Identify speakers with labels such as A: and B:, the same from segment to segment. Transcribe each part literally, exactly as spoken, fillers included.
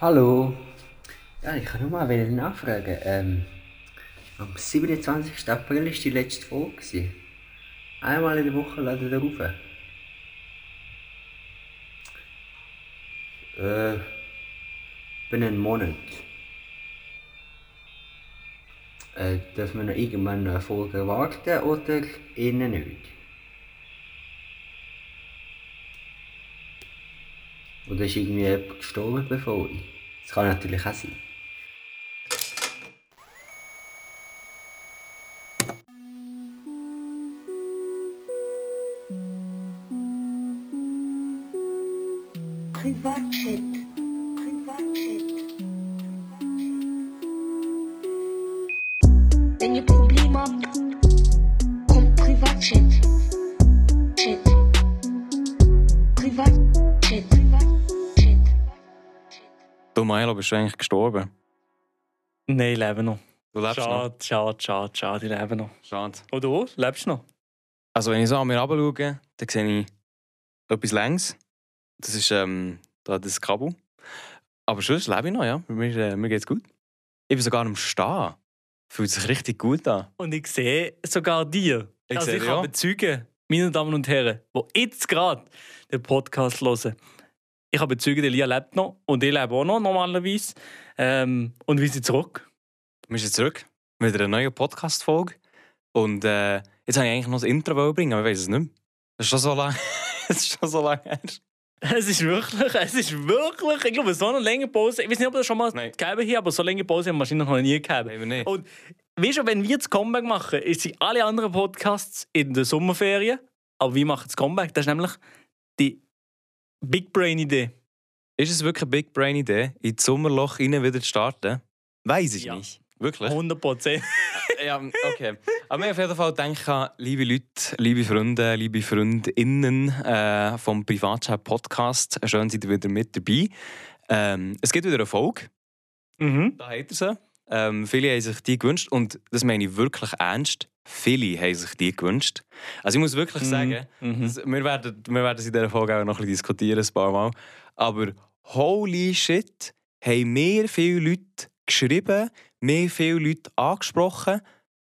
A: Hallo. Ja, ich kann nur mal wieder nachfragen. Ähm, am siebenundzwanzigsten April war die letzte Folge gewesen. Einmal in der Woche laden wir rauf. Äh, bin einen Monat. Äh, dürfen wir noch irgendwann eine Folge erwarten oder eher nicht? Oder ist irgendwie jemand gestorben bevor ich? Das kann natürlich auch sein.
B: Privatchat. Privatchat. Wenn ihr Probleme habt, kommt Privatchat. Chat. Privatchat. Privatchat.
C: Du, Milo, bist du eigentlich gestorben?
D: Nein, ich lebe noch.
C: Du lebst noch?
D: Schade, schade, schade, schade, ich lebe noch.
C: Schade.
D: Und du, lebst du noch?
C: Also wenn ich so an mir runterschaue, dann sehe ich etwas längs. Das ist ähm, da das Kabel. Aber sonst lebe ich noch, ja. Mir, äh, mir geht's gut. Ich bin sogar am Stehen. Fühlt sich richtig gut an.
D: Und ich sehe sogar dir.
C: Ich
D: also
C: sehe
D: ich
C: dich
D: kann
C: auch.
D: bezeugen, meine Damen und Herren, die jetzt gerade den Podcast hören, ich kann bezeugen, der Lia lebt noch und ich lebe auch noch normalerweise. Ähm, und wir sind zurück.
C: Wir sind zurück mit einer neuen Podcast-Folge. Und äh, jetzt wollte ich eigentlich noch das Intro bringen, aber ich weiß es nicht mehr. Das ist schon so lange, das ist schon so lange her.
D: Es ist wirklich, es ist wirklich, ich glaube, so eine lange Pause, ich weiß nicht, ob wir das schon mal
C: Nein.
D: gegeben haben, aber so eine lange Pause haben wir wahrscheinlich noch nie gegeben.
C: Nein, wir nicht.
D: Und weißt du, wenn wir das Comeback machen, sind alle anderen Podcasts in der Sommerferien, aber wir machen das Comeback. Das ist nämlich die Big Brain Idee.
C: Ist es wirklich eine Big Brain Idee, in das Sommerloch rein wieder zu starten? Weiß ich
D: Ja.
C: nicht. Wirklich?
D: hundert Prozent.
C: Ja, okay. Aber mir auf jeden Fall denke ich an, liebe Leute, liebe Freunde, liebe Freundinnen äh, vom Privatchat Podcast. Schön, seid ihr wieder mit dabei. Ähm, es gibt wieder eine Folge.
D: Mhm.
C: Da habt ihr sie. Ähm, viele haben sich die gewünscht. Und das meine ich wirklich ernst. Viele haben sich die gewünscht. Also ich muss wirklich sagen,
D: Mhm.
C: das, wir, werden, wir werden es in dieser Folge auch noch ein bisschen diskutieren, ein paar Mal. Aber holy shit, haben mir viele Leute geschrieben, mir viele Leute angesprochen,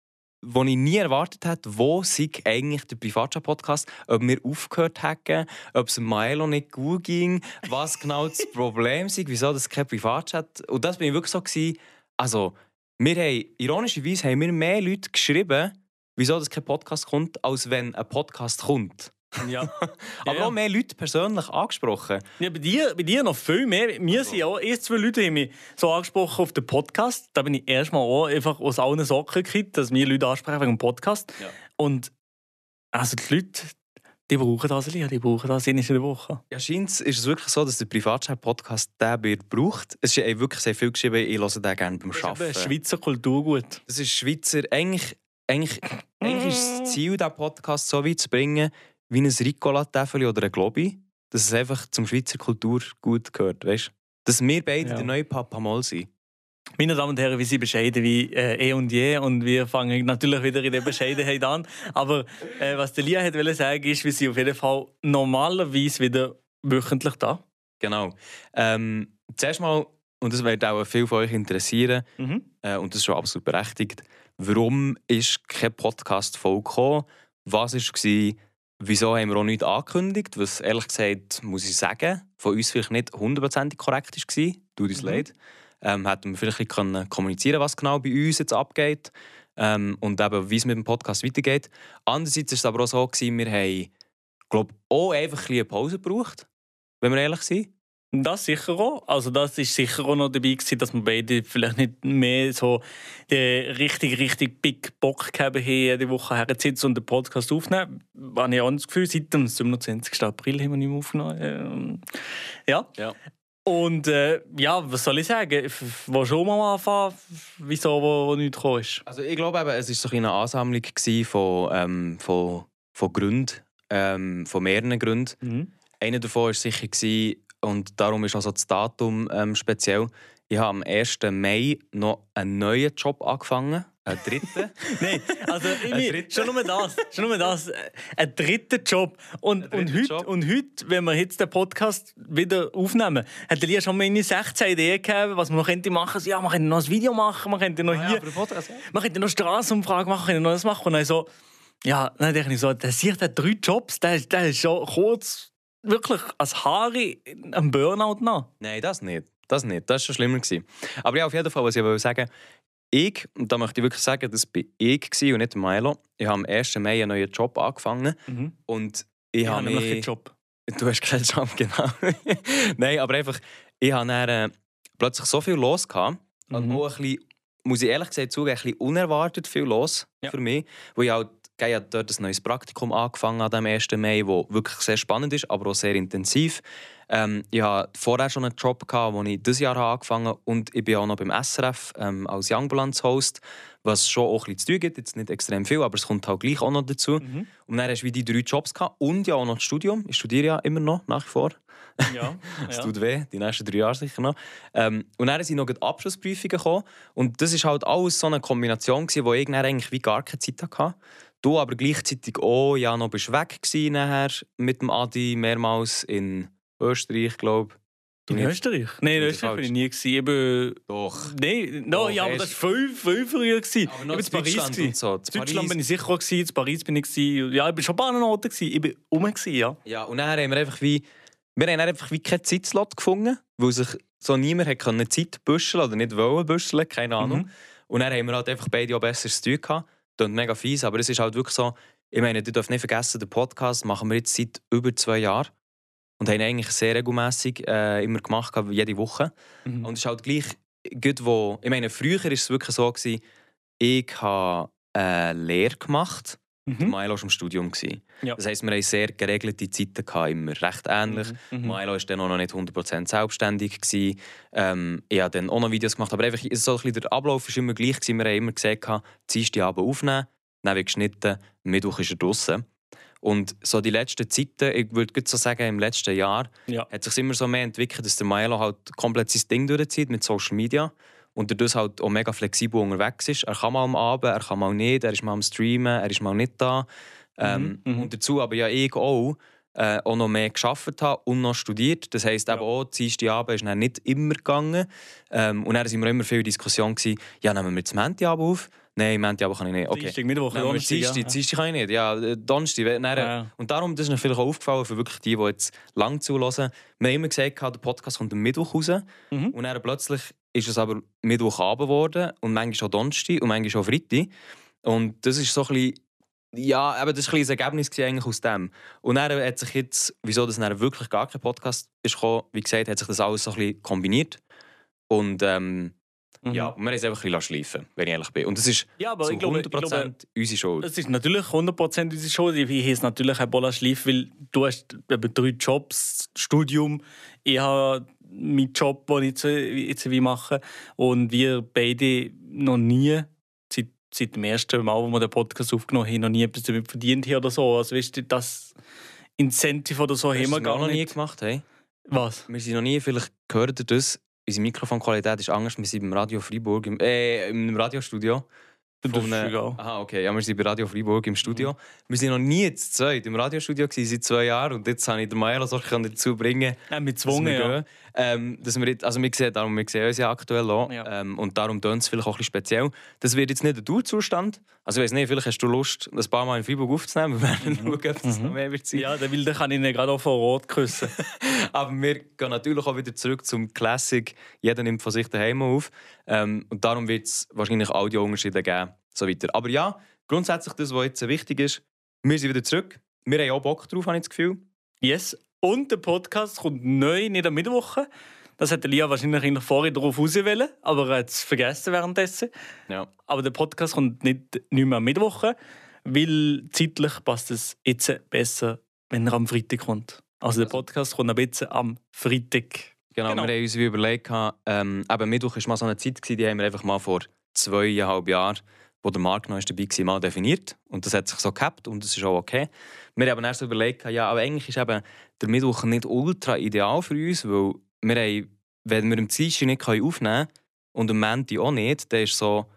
C: wo ich nie erwartet hätte, wo sei eigentlich der Privatchat-Podcast, ob wir aufgehört hätten, ob es Milo nicht gut ging, was genau das Problem sei, wieso das kein Privatchat. Und das bin ich wirklich so gewesen, also, wir haben, ironischerweise haben mir mehr Leute geschrieben, wieso das kein Podcast kommt, als wenn ein Podcast kommt.
D: Ja.
C: Aber
D: ja,
C: auch mehr Leute persönlich angesprochen.
D: ja, bei, dir, bei dir noch viel mehr. Wir
C: Also.
D: sind auch, erst zwei Leute haben mich so angesprochen auf den Podcast. Da bin ich erstmal auch einfach aus allen Socken gekriegt, dass wir Leute ansprechen wegen dem Podcast.
C: Ja.
D: Und also die Leute, die brauchen das, Lia, die brauchen das in der Woche.
C: Ja, scheint ist es wirklich so, dass der Privatchat-Podcast den wird braucht. Es ist ja wirklich sehr viel geschrieben, ich höre den gerne beim
D: Das ist eben
C: Arbeiten.
D: Schweizer Kulturgut.
C: Das ist Schweizer. Eigentlich, eigentlich, eigentlich ist das Ziel, diesen Podcast so weit zu bringen, wie ein Ricola-Täfeli oder ein Globi, dass es einfach zum Schweizer Kulturgut gehört, weißt? Dass wir beide
D: Ja.
C: der neue Papa Moll sind.
D: Meine Damen und Herren, wir sind bescheiden wie äh, eh und je und wir fangen natürlich wieder in der Bescheidenheit an. Aber äh, was der Lia wollte sagen, ist, wir sind auf jeden Fall normalerweise wieder wöchentlich da.
C: Genau. Ähm, zuerst mal, und das wird auch viel von euch interessieren,
D: Mhm.
C: äh, und das ist schon absolut berechtigt, warum ist keine Podcast-Folge gekommen? Was war, wieso haben wir auch nichts angekündigt? Was ehrlich gesagt, muss ich sagen, von uns vielleicht nicht hundertprozentig korrekt war. Tut uns
D: Mhm.
C: leid. Ähm, hätten wir vielleicht ein bisschen können kommunizieren, was genau bei uns jetzt abgeht ähm, und eben, wie es mit dem Podcast weitergeht. Andererseits war es aber auch so, gewesen, wir haben, glaube auch einfach ein bisschen eine Pause gebraucht, wenn wir ehrlich sind.
D: Das sicher auch. Also das ist sicher auch noch dabei gewesen, dass wir beide vielleicht nicht mehr so den richtig, richtig big Bock gehabt haben, jede Woche herzusitzen und den Podcast aufnehmen. Habe ich auch das Gefühl, seit dem siebenundzwanzigsten April haben wir nicht mehr aufgenommen. Ähm, ja.
C: Ja.
D: Und äh, ja, was soll ich sagen? F- Wo schon mal anfangen, wieso wo, wo nichts gekommen ist?
C: Also ich glaube, eben, es war so eine Ansammlung gewesen von, ähm, von, von Gründen, ähm, von mehreren Gründen.
D: Mhm.
C: Einer davon war sicher, gewesen, und darum ist also das Datum ähm, speziell. Ich habe am ersten Mai noch einen neuen Job angefangen, Ein dritter?
D: Nein, also irgendwie,
C: dritter?
D: schon nur das, schon nur das, äh, ein dritter Job. Und,
C: Ein
D: und,
C: dritter
D: heute,
C: Job.
D: und heute, wenn wir jetzt den Podcast wieder aufnehmen, hat Elia schon mal in sechzehn Ideen gegeben, was man noch könnte machen. Ja, man könnte noch ein Video machen, man könnte noch
C: Ah, ja,
D: hier,
C: für den Podcast, ja.
D: man könnte noch Straßenumfragen machen, man könnte noch das machen. Und dann so, ja, dann denke ich so, der sieht hat drei Jobs, der, ist- der ist schon kurz, wirklich als Haare am Burnout nach.
C: Nein, das nicht. Das nicht. Das war schon schlimmer gewesen. Aber ja, auf jeden Fall, was ich wollte sagen, ich, und da möchte ich wirklich sagen, das war ich gewesen und nicht Milo. Ich habe am ersten Mai einen neuen Job angefangen.
D: Mhm.
C: Und ich,
D: Ich habe
C: habe
D: nämlich
C: mich...
D: keinen Job.
C: Du hast keinen Job, genau. Nein, aber einfach, ich habe dann, äh, plötzlich so viel los gehabt. Und
D: Mhm.
C: auch ein bisschen, muss ich ehrlich gesagt zugeben, ein bisschen unerwartet viel los
D: Ja.
C: für mich. Wo ich halt, ich habe dort ein neues Praktikum angefangen an dem ersten Mai, das wirklich sehr spannend ist, aber auch sehr intensiv. Ähm, ich hatte vorher schon einen Job, gehabt, den ich dieses Jahr angefangen habe. Und ich bin auch noch beim S R F ähm, als Youngbalance-Host, was schon auch ein bisschen zu tun gibt. Jetzt nicht extrem viel, aber es kommt halt gleich auch noch dazu.
D: Mhm.
C: Und dann hast du wie die drei Jobs gehabt. Und ja auch noch das Studium. Ich studiere ja immer noch, nach wie vor.
D: Ja,
C: Es
D: ja.
C: tut weh, die nächsten drei Jahre sicher noch. Ähm, und dann sind noch die Abschlussprüfungen gekommen. Und das war halt alles so eine Kombination, gewesen, wo ich dann eigentlich wie gar keine Zeit hatte. Du aber gleichzeitig auch, ja, noch bist weg gewesen nachher mit dem Adi, mehrmals in Österreich, glaube ich.
D: In Österreich? Nein, in
C: Bin ich
D: Österreich bin ich
C: falsch?
D: nie. Gewesen. Ich bin...
C: Doch.
D: Nein, no,
C: Doch,
D: ja, aber
C: erst-
D: das war viel, viel früher. Gewesen.
C: Aber noch
D: ich
C: in
D: bin in Paris.
C: Deutschland
D: gewesen.
C: und so.
D: In
C: In
D: Deutschland
C: Paris.
D: bin ich sicher auch. Gewesen. In Paris bin ich. Gewesen. Ja, ich bin schon ein paar Orten. Gewesen. Ich bin rum. Gewesen, ja.
C: Ja, und dann haben wir einfach wie, wir haben dann einfach wie keinen Zeitslot gefunden, weil sich so niemand hat können Zeit büscheln oder nicht wollen büscheln, keine Ahnung.
D: Mhm.
C: Und dann haben wir halt einfach beide auch besser zu tun gehabt. Das ist mega fies, aber es ist halt wirklich so, ich meine, ihr dürft nicht vergessen, den Podcast machen wir jetzt seit über zwei Jahren und haben eigentlich sehr regelmässig äh, immer gemacht, gehabt, jede Woche.
D: Mhm.
C: Und es ist halt gleich, gut, wo, ich meine, früher war es wirklich so, gewesen, ich habe eine Lehre gemacht.
D: Mhm.
C: Milo war im Studium. Gewesen.
D: Ja.
C: Das heisst, wir hatten sehr geregelte Zeiten, gehabt, immer recht ähnlich.
D: Mhm. Mhm.
C: Milo war dann auch noch nicht hundert Prozent selbstständig. Gewesen. Ähm, ich habe dann auch noch Videos gemacht, aber einfach, so ein bisschen der Ablauf war immer gleich. Gewesen. Wir haben immer gesagt, Dienstagabend aufnehmen, dann wird geschnitten, Mittwoch ist er draussen. Und so die letzten Zeiten, ich würde gut so sagen, im letzten Jahr,
D: Ja.
C: hat sich immer so mehr entwickelt, dass der Milo halt komplett sein Ding durchzieht mit Social Media. Und dadurch halt auch mega flexibel unterwegs ist. Er kann mal am Abend, er kann mal nicht, er ist mal am Streamen, er ist mal nicht da. Ähm,
D: Mhm, mhm.
C: Und dazu aber ja ich auch, äh, auch noch mehr gearbeitet habe und noch studiert. Das heisst eben
D: Ja.
C: auch, Dienstagabend ist dann nicht immer gegangen. Ähm, und dann waren wir immer viel Diskussion, gewesen, ja, nehmen wir das Montagabend auf? Nein, Montagabend kann ich nicht. Okay.
D: Dienstag, Mittwoch,
C: Nehmen wir
D: Donnerstag, ja.
C: Dienstag, Dienstag kann ich nicht. Ja, äh, Donnerstag. Dann,
D: Ja.
C: Und darum, das ist mir vielleicht auch aufgefallen für wirklich die, die jetzt lang zuhören. Wir haben immer gesagt, der Podcast kommt am Mittwoch raus.
D: Mhm.
C: Und dann plötzlich ist es aber Mittwochabend geworden und manchmal auch Donnerstag und manchmal auch Freitag. Und das ist so ein bisschen, ja, aber das war ein bisschen das Ergebnis gewesen eigentlich aus dem. Und dann hat sich jetzt, wieso das dann wirklich gar kein Podcast ist gekommen, wie gesagt, hat sich das alles so ein bisschen kombiniert. Und ähm,
D: Mhm.
C: ja, wir haben es einfach ein bisschen schleifen lassen, wenn ich ehrlich bin. Und das ist
D: Ja, aber
C: zu
D: ich glaube, ich
C: hundert
D: glaube,
C: Prozent unsere Schuld.
D: es ist natürlich hundert Prozent unsere Schuld. Ich habe es natürlich auch Bola Schleif, weil du hast eben drei Jobs, Studium, ich habe meinen Job, den ich jetzt, jetzt wie mache. Und wir beide noch nie, seit, seit dem ersten Mal, wo wir den Podcast aufgenommen haben, noch nie etwas damit verdient haben oder so. Also weißt du, das Incentive oder so
C: Hast
D: haben
C: du
D: wir
C: das
D: gar
C: noch nie
D: nicht.
C: gemacht, hey?
D: Was?
C: Wir sind noch nie, vielleicht gehört ihr das, unsere Mikrofonqualität ist anders. Wir sind beim Radio Freiburg, im, äh, im Radiostudio.
D: Das
C: Von
D: ist
C: einem-
D: egal.
C: Aha, okay. Ja, wir sind bei Radio Freiburg im Studio. Wir sind noch nie zu zweit im Radiostudio gewesen, seit zwei Jahren. Und jetzt habe ich den Maelo so dazu bringen,
D: Nein, mit
C: dass
D: Zwungen,
C: wir
D: ja.
C: gehen. Ähm, dass wir jetzt, also wir sehen, darum, wir sehen uns ja aktuell auch.
D: Ja.
C: Ähm, und darum tönt es vielleicht auch ein bisschen speziell. Das wird jetzt nicht ein Dauerzustand. Also ich weiss nicht, vielleicht hast du Lust, ein paar Mal in Freiburg aufzunehmen. Wir werden schauen, ob das noch mehr wird sein.
D: Ja, dann, will, dann kann ich ihn gerade auch von Rot küssen.
C: Aber wir gehen natürlich auch wieder zurück zum Classic. Jeder nimmt von sich daheim auf. Ähm, und darum wird es wahrscheinlich Audiounterschiede geben. So weiter. Aber ja, grundsätzlich das, was jetzt wichtig ist, wir sind wieder zurück. Wir haben auch Bock drauf, habe ich das Gefühl.
D: Yes. Und der Podcast kommt neu, nicht am Mittwoch. Das hat Lia wahrscheinlich eigentlich vorher darauf auswählen, aber er hat es vergessen währenddessen.
C: Ja.
D: Aber der Podcast kommt nicht, nicht mehr am Mittwoch, weil zeitlich passt es jetzt besser, wenn er am Freitag kommt. Also der Podcast kommt ab jetzt am Freitag.
C: Genau,
D: Genau.
C: wir haben uns wie überlegt, ähm, eben Mittwoch war mal so eine Zeit, gewesen, die haben wir einfach mal vor zweieinhalb Jahren, wo der Marc noch dabei war, mal definiert. Und das hat sich so gehabt und das ist auch okay. Wir haben erst so überlegt, ja, aber eigentlich ist eben der Mittwoch nicht ultra ideal für uns, weil wir haben, wenn wir am Dienstag nicht aufnehmen können und am Montag auch nicht, dann ist so,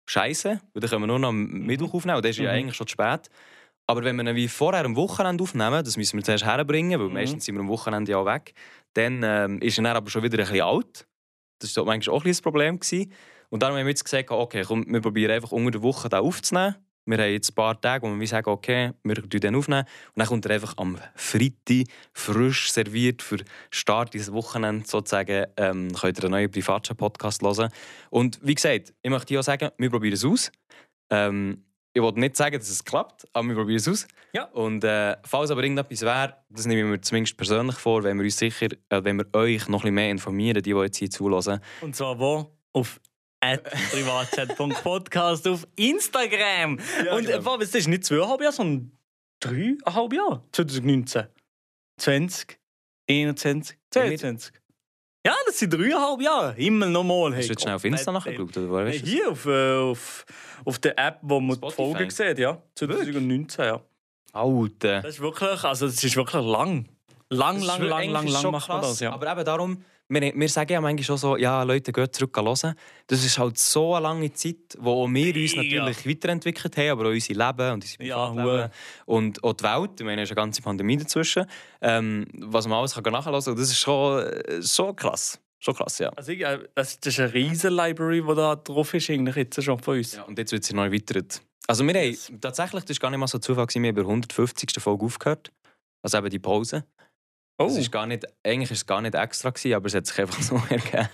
C: scheiße, weil dann können wir nur noch am Mittwoch aufnehmen, und das ist ja
D: Mhm.
C: eigentlich schon zu spät. Aber wenn wir ihn wie vorher am Wochenende aufnehmen, das müssen wir zuerst herbringen, weil
D: Mhm.
C: meistens sind wir am Wochenende ja weg, dann ähm, ist er dann aber schon wieder ein bisschen alt. Das war manchmal auch ein bisschen das Problem gewesen. Und darum haben wir jetzt gesagt, okay, komm, wir probieren einfach unter der Woche den aufzunehmen. Wir haben jetzt ein paar Tage, wo wir sagen, okay, wir aufnehmen den aufnehmen. Und dann kommt er einfach am Freitag frisch serviert für Start dieses Wochenende sozusagen. Ähm, könnt ihr einen neuen Privatchat-Podcast hören. Und wie gesagt, ich möchte hier auch sagen, wir probieren es aus. Ähm, ich wollte nicht sagen, dass es klappt, aber wir probieren es aus.
D: Ja.
C: Und äh, falls aber irgendetwas wäre, das nehme ich mir zumindest persönlich vor, wenn wir uns sicher, äh, wenn wir euch noch ein bisschen mehr informieren, die, die jetzt hier zulassen.
D: Und zwar wo? Auf at privatchat punkt podcast auf Instagram.
C: Ja,
D: und
C: genau.
D: äh, es ist nicht zweieinhalb Jahre, sondern dreieinhalb Jahre. zwanzig neunzehn, zwanzig, einundzwanzig, zweiundzwanzig. Ja, das sind dreieinhalb Jahre. Himmel nochmal. Hey,
C: Hast du jetzt schnell auf Insta nachgeschaut, oder was
D: Hey,
C: ist das?
D: hier auf, äh, auf, auf der App, wo man die
C: Spotify.
D: Folgen sieht, ja. zwanzig neunzehn, ja.
C: Alter.
D: Das ist wirklich, also das ist wirklich lang. Lang,
C: Das ist
D: lang,
C: wirklich-
D: lang,
C: eigentlich
D: lang,
C: ist
D: lang
C: schon
D: macht man
C: krass.
D: das, ja.
C: Aber eben darum, wir, wir sagen ja manchmal schon so, ja, Leute, geht zurück hören. Das ist halt so eine lange Zeit, wo auch wir uns
D: Mega.
C: natürlich weiterentwickelt haben, aber auch unser Leben und unser
D: Ja,
C: Privatleben.
D: hure.
C: Und auch die Welt, ich meine, es ist eine ganze Pandemie dazwischen, ähm, was man alles kann nachhören kann. Und das ist schon, äh, schon krass. Schon krass, ja.
D: Also, ich, äh, das das ist eine riesen Library, die da drauf ist, eigentlich jetzt schon von uns.
C: Ja, und jetzt wird sie noch erweitert. Also wir
D: Yes.
C: haben, tatsächlich, das war gar nicht mal so Zufall, gewesen, wir haben bei der hundertfünfzigsten Folge aufgehört. Also eben die Pause.
D: Oh,
C: Das ist gar nicht, eigentlich war es gar nicht extra, gewesen, aber es hat sich einfach so ergeben.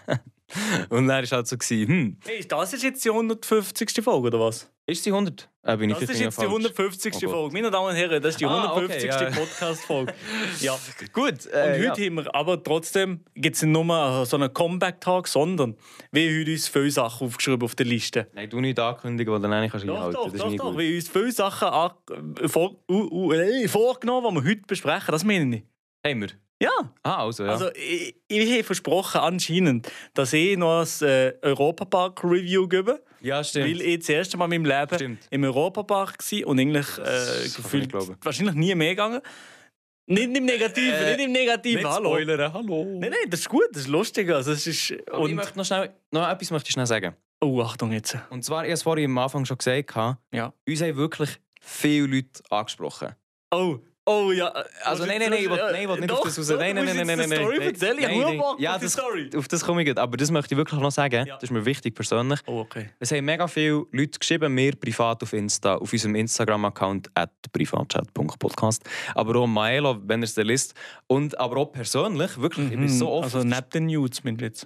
C: Und dann war es halt so, gewesen, hm,
D: hey, das ist jetzt die hundertfünfzigste Folge, oder was?
C: ist sie hundert? Äh, bin ich
D: Das ist
C: vielleicht
D: jetzt die
C: falsch?
D: hundertfünfzigste
C: Oh Gott.
D: Folge. Meine Damen und Herren, das ist die
C: Ah, okay,
D: hundertfünfzigste
C: ja.
D: Podcast-Folge. Ja.
C: Gut.
D: Und
C: Äh,
D: heute haben wir aber trotzdem, gibt es nicht nur so einen Comeback-Tag, sondern wir haben heute uns viele Sachen aufgeschrieben auf der Liste.
C: ja. Nein, du nicht ankündigen, die dann eigentlich kannst du
D: Doch,
C: einhalten.
D: doch,
C: Das ist
D: doch,
C: nie
D: doch.
C: gut.
D: Wir haben uns viele Sachen an, äh, vor, uh, uh, äh, vorgenommen, die wir heute besprechen. Das meine ich.
C: Haben wir?
D: Ja.
C: Ah, also ja.
D: Also, ich, ich habe versprochen, anscheinend, dass ich noch ein äh, Europapark-Review gebe.
C: ja, stimmt.
D: Weil ich das erste Mal in meinem Leben
C: Stimmt.
D: im Europapark war und eigentlich äh,
C: Das kann
D: gefühlt
C: ich glauben.
D: wahrscheinlich nie mehr gegangen. Nicht im Negativen,
C: Äh,
D: nicht im Negativen,
C: Nicht
D: hallo.
C: spoilern, hallo.
D: Nein, nein, das ist gut, das ist lustig. Also, es ist,
C: Und ich
D: und,
C: möchte noch schnell, noch etwas möchte ich schnell sagen.
D: oh, Achtung jetzt.
C: Und zwar, ich habe es vorhin am Anfang schon gesagt,
D: Ja.
C: uns haben wirklich viele Leute angesprochen.
D: Oh, oh ja.
C: Also nein, nein, nein, ich will, nein, ich will nicht
D: Doch,
C: auf das raus.
D: doch,
C: Nein,
D: du
C: nein, nein,
D: musst
C: nein,
D: jetzt
C: nein,
D: die Story
C: nein.
D: erzählen. Ich habe
C: Nein,
D: nur
C: nein.
D: Bock
C: Ja,
D: auf die
C: das,
D: Story.
C: auf das komme ich gut. Aber das möchte ich wirklich noch sagen.
D: Ja.
C: Das ist mir wichtig persönlich.
D: Oh, okay.
C: Es haben mega viele Leute geschrieben, mir privat auf Insta, auf unserem Instagram-Account at privatchat punkt podcast. Aber auch Maelo, wenn er es liest. Und aber auch persönlich, wirklich, ich bin so oft...
D: Also neben den Nudes, mein jetzt.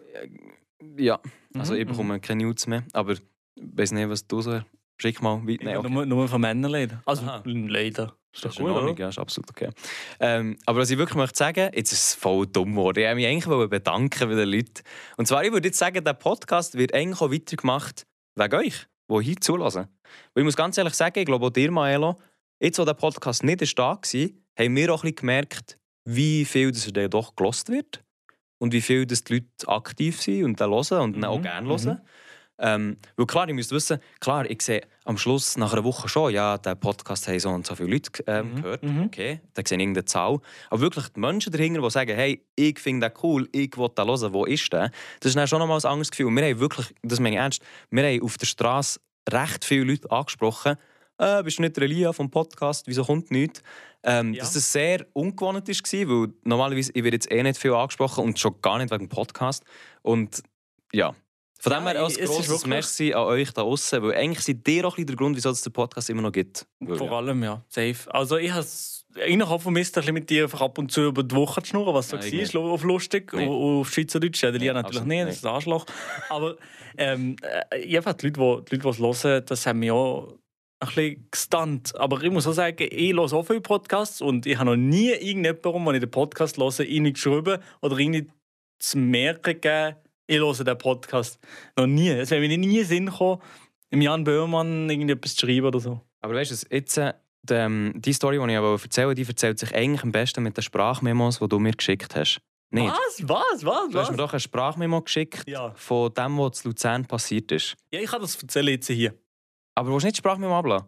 C: ja, also
D: Mhm,
C: ich bekomme keine News mehr. Aber ich weiß nicht, was du so... Schick mal weit. Nein,
D: Ja,
C: okay.
D: nur, nur von Männern leider. Also
C: Aha.
D: leider. Ist doch
C: Das ist
D: gut,
C: in Ordnung,
D: oder?
C: ja, ist absolut okay. Ähm, aber was ich wirklich möchte sagen, jetzt ist es voll dumm geworden. Ich wollte mich eigentlich bedanken bei den Leuten. Und zwar, ich würde jetzt sagen, der Podcast wird eigentlich auch weitergemacht wegen euch, die hier zulassen. Weil ich muss ganz ehrlich sagen, ich glaube auch dir, Maelo, jetzt, wo der Podcast nicht da war, haben wir auch ein bisschen gemerkt, wie viel das der doch gelost wird. Und wie viel das die Leute aktiv sind und den hören und ihn auch
D: Mhm,
C: gerne
D: mhm.
C: hören. Ähm, weil klar, ihr müsst wissen, klar, ich sehe am Schluss nach einer Woche schon, ja, der Podcast haben so und so viele Leute ähm,
D: Mhm,
C: gehört.
D: mhm.
C: Okay, da sehe ich irgendeine Zahl. Aber wirklich die Menschen dahinter, die sagen, hey, ich finde den cool, ich will den hören, wo ist der? Das ist dann schon nochmal ein anderes Gefühl. Und wir haben wirklich, das meine ich ernst, wir haben auf der Straße recht viele Leute angesprochen, äh, bist du nicht der Elia vom Podcast, wieso kommt nichts? Ähm,
D: Ja.
C: Dass das sehr ungewohnt war, weil normalerweise ich werde jetzt eh nicht viel angesprochen und schon gar nicht wegen dem Podcast. Und ja, von dem
D: Ja,
C: her ein
D: es ist
C: grosses
D: wirklich-
C: Merci an euch da draussen, weil eigentlich seid ihr auch ein bisschen der Grund, wieso es den Podcast immer noch gibt. Weil,
D: Vor
C: ja.
D: allem, ja. Safe. Also ich habe innerhalb vermisst, ein bisschen mit dir einfach ab und zu über die Woche zu schnurren, was so
C: Nein,
D: war,
C: nicht.
D: auf lustig,
C: Nee.
D: auf auf Schweizerdeutsch. Ja, der Lia
C: Nee,
D: natürlich
C: absolut
D: nicht, das ist ein Arschloch. Aber ähm, äh, einfach die Leute, die, die, die es hören, das haben mich auch ein bisschen gestunt. Aber ich muss auch sagen, ich höre auch viele Podcasts und ich habe noch nie irgendjemandem, wenn ich den Podcast höre, irgendwie geschrieben oder irgendwie zu merken gegeben, ich höre den Podcast. Noch nie. Es wäre mir nie in den Sinn gekommen, im Jan Böhmermann irgendetwas zu schreiben oder so.
C: Aber weißt du, jetzt, äh, die, ähm, die Story, die ich aber erzähle, die erzählt sich eigentlich am besten mit den Sprachmemos, die du mir geschickt hast. Nicht?
D: Was? Was? Was?
C: Du hast mir
D: Was?
C: doch eine Sprachmemo geschickt
D: Ja.
C: von dem, was in Luzern passiert ist.
D: Ja, ich kann das erzählen jetzt hier.
C: Aber du willst nicht die Sprachmemo ablassen?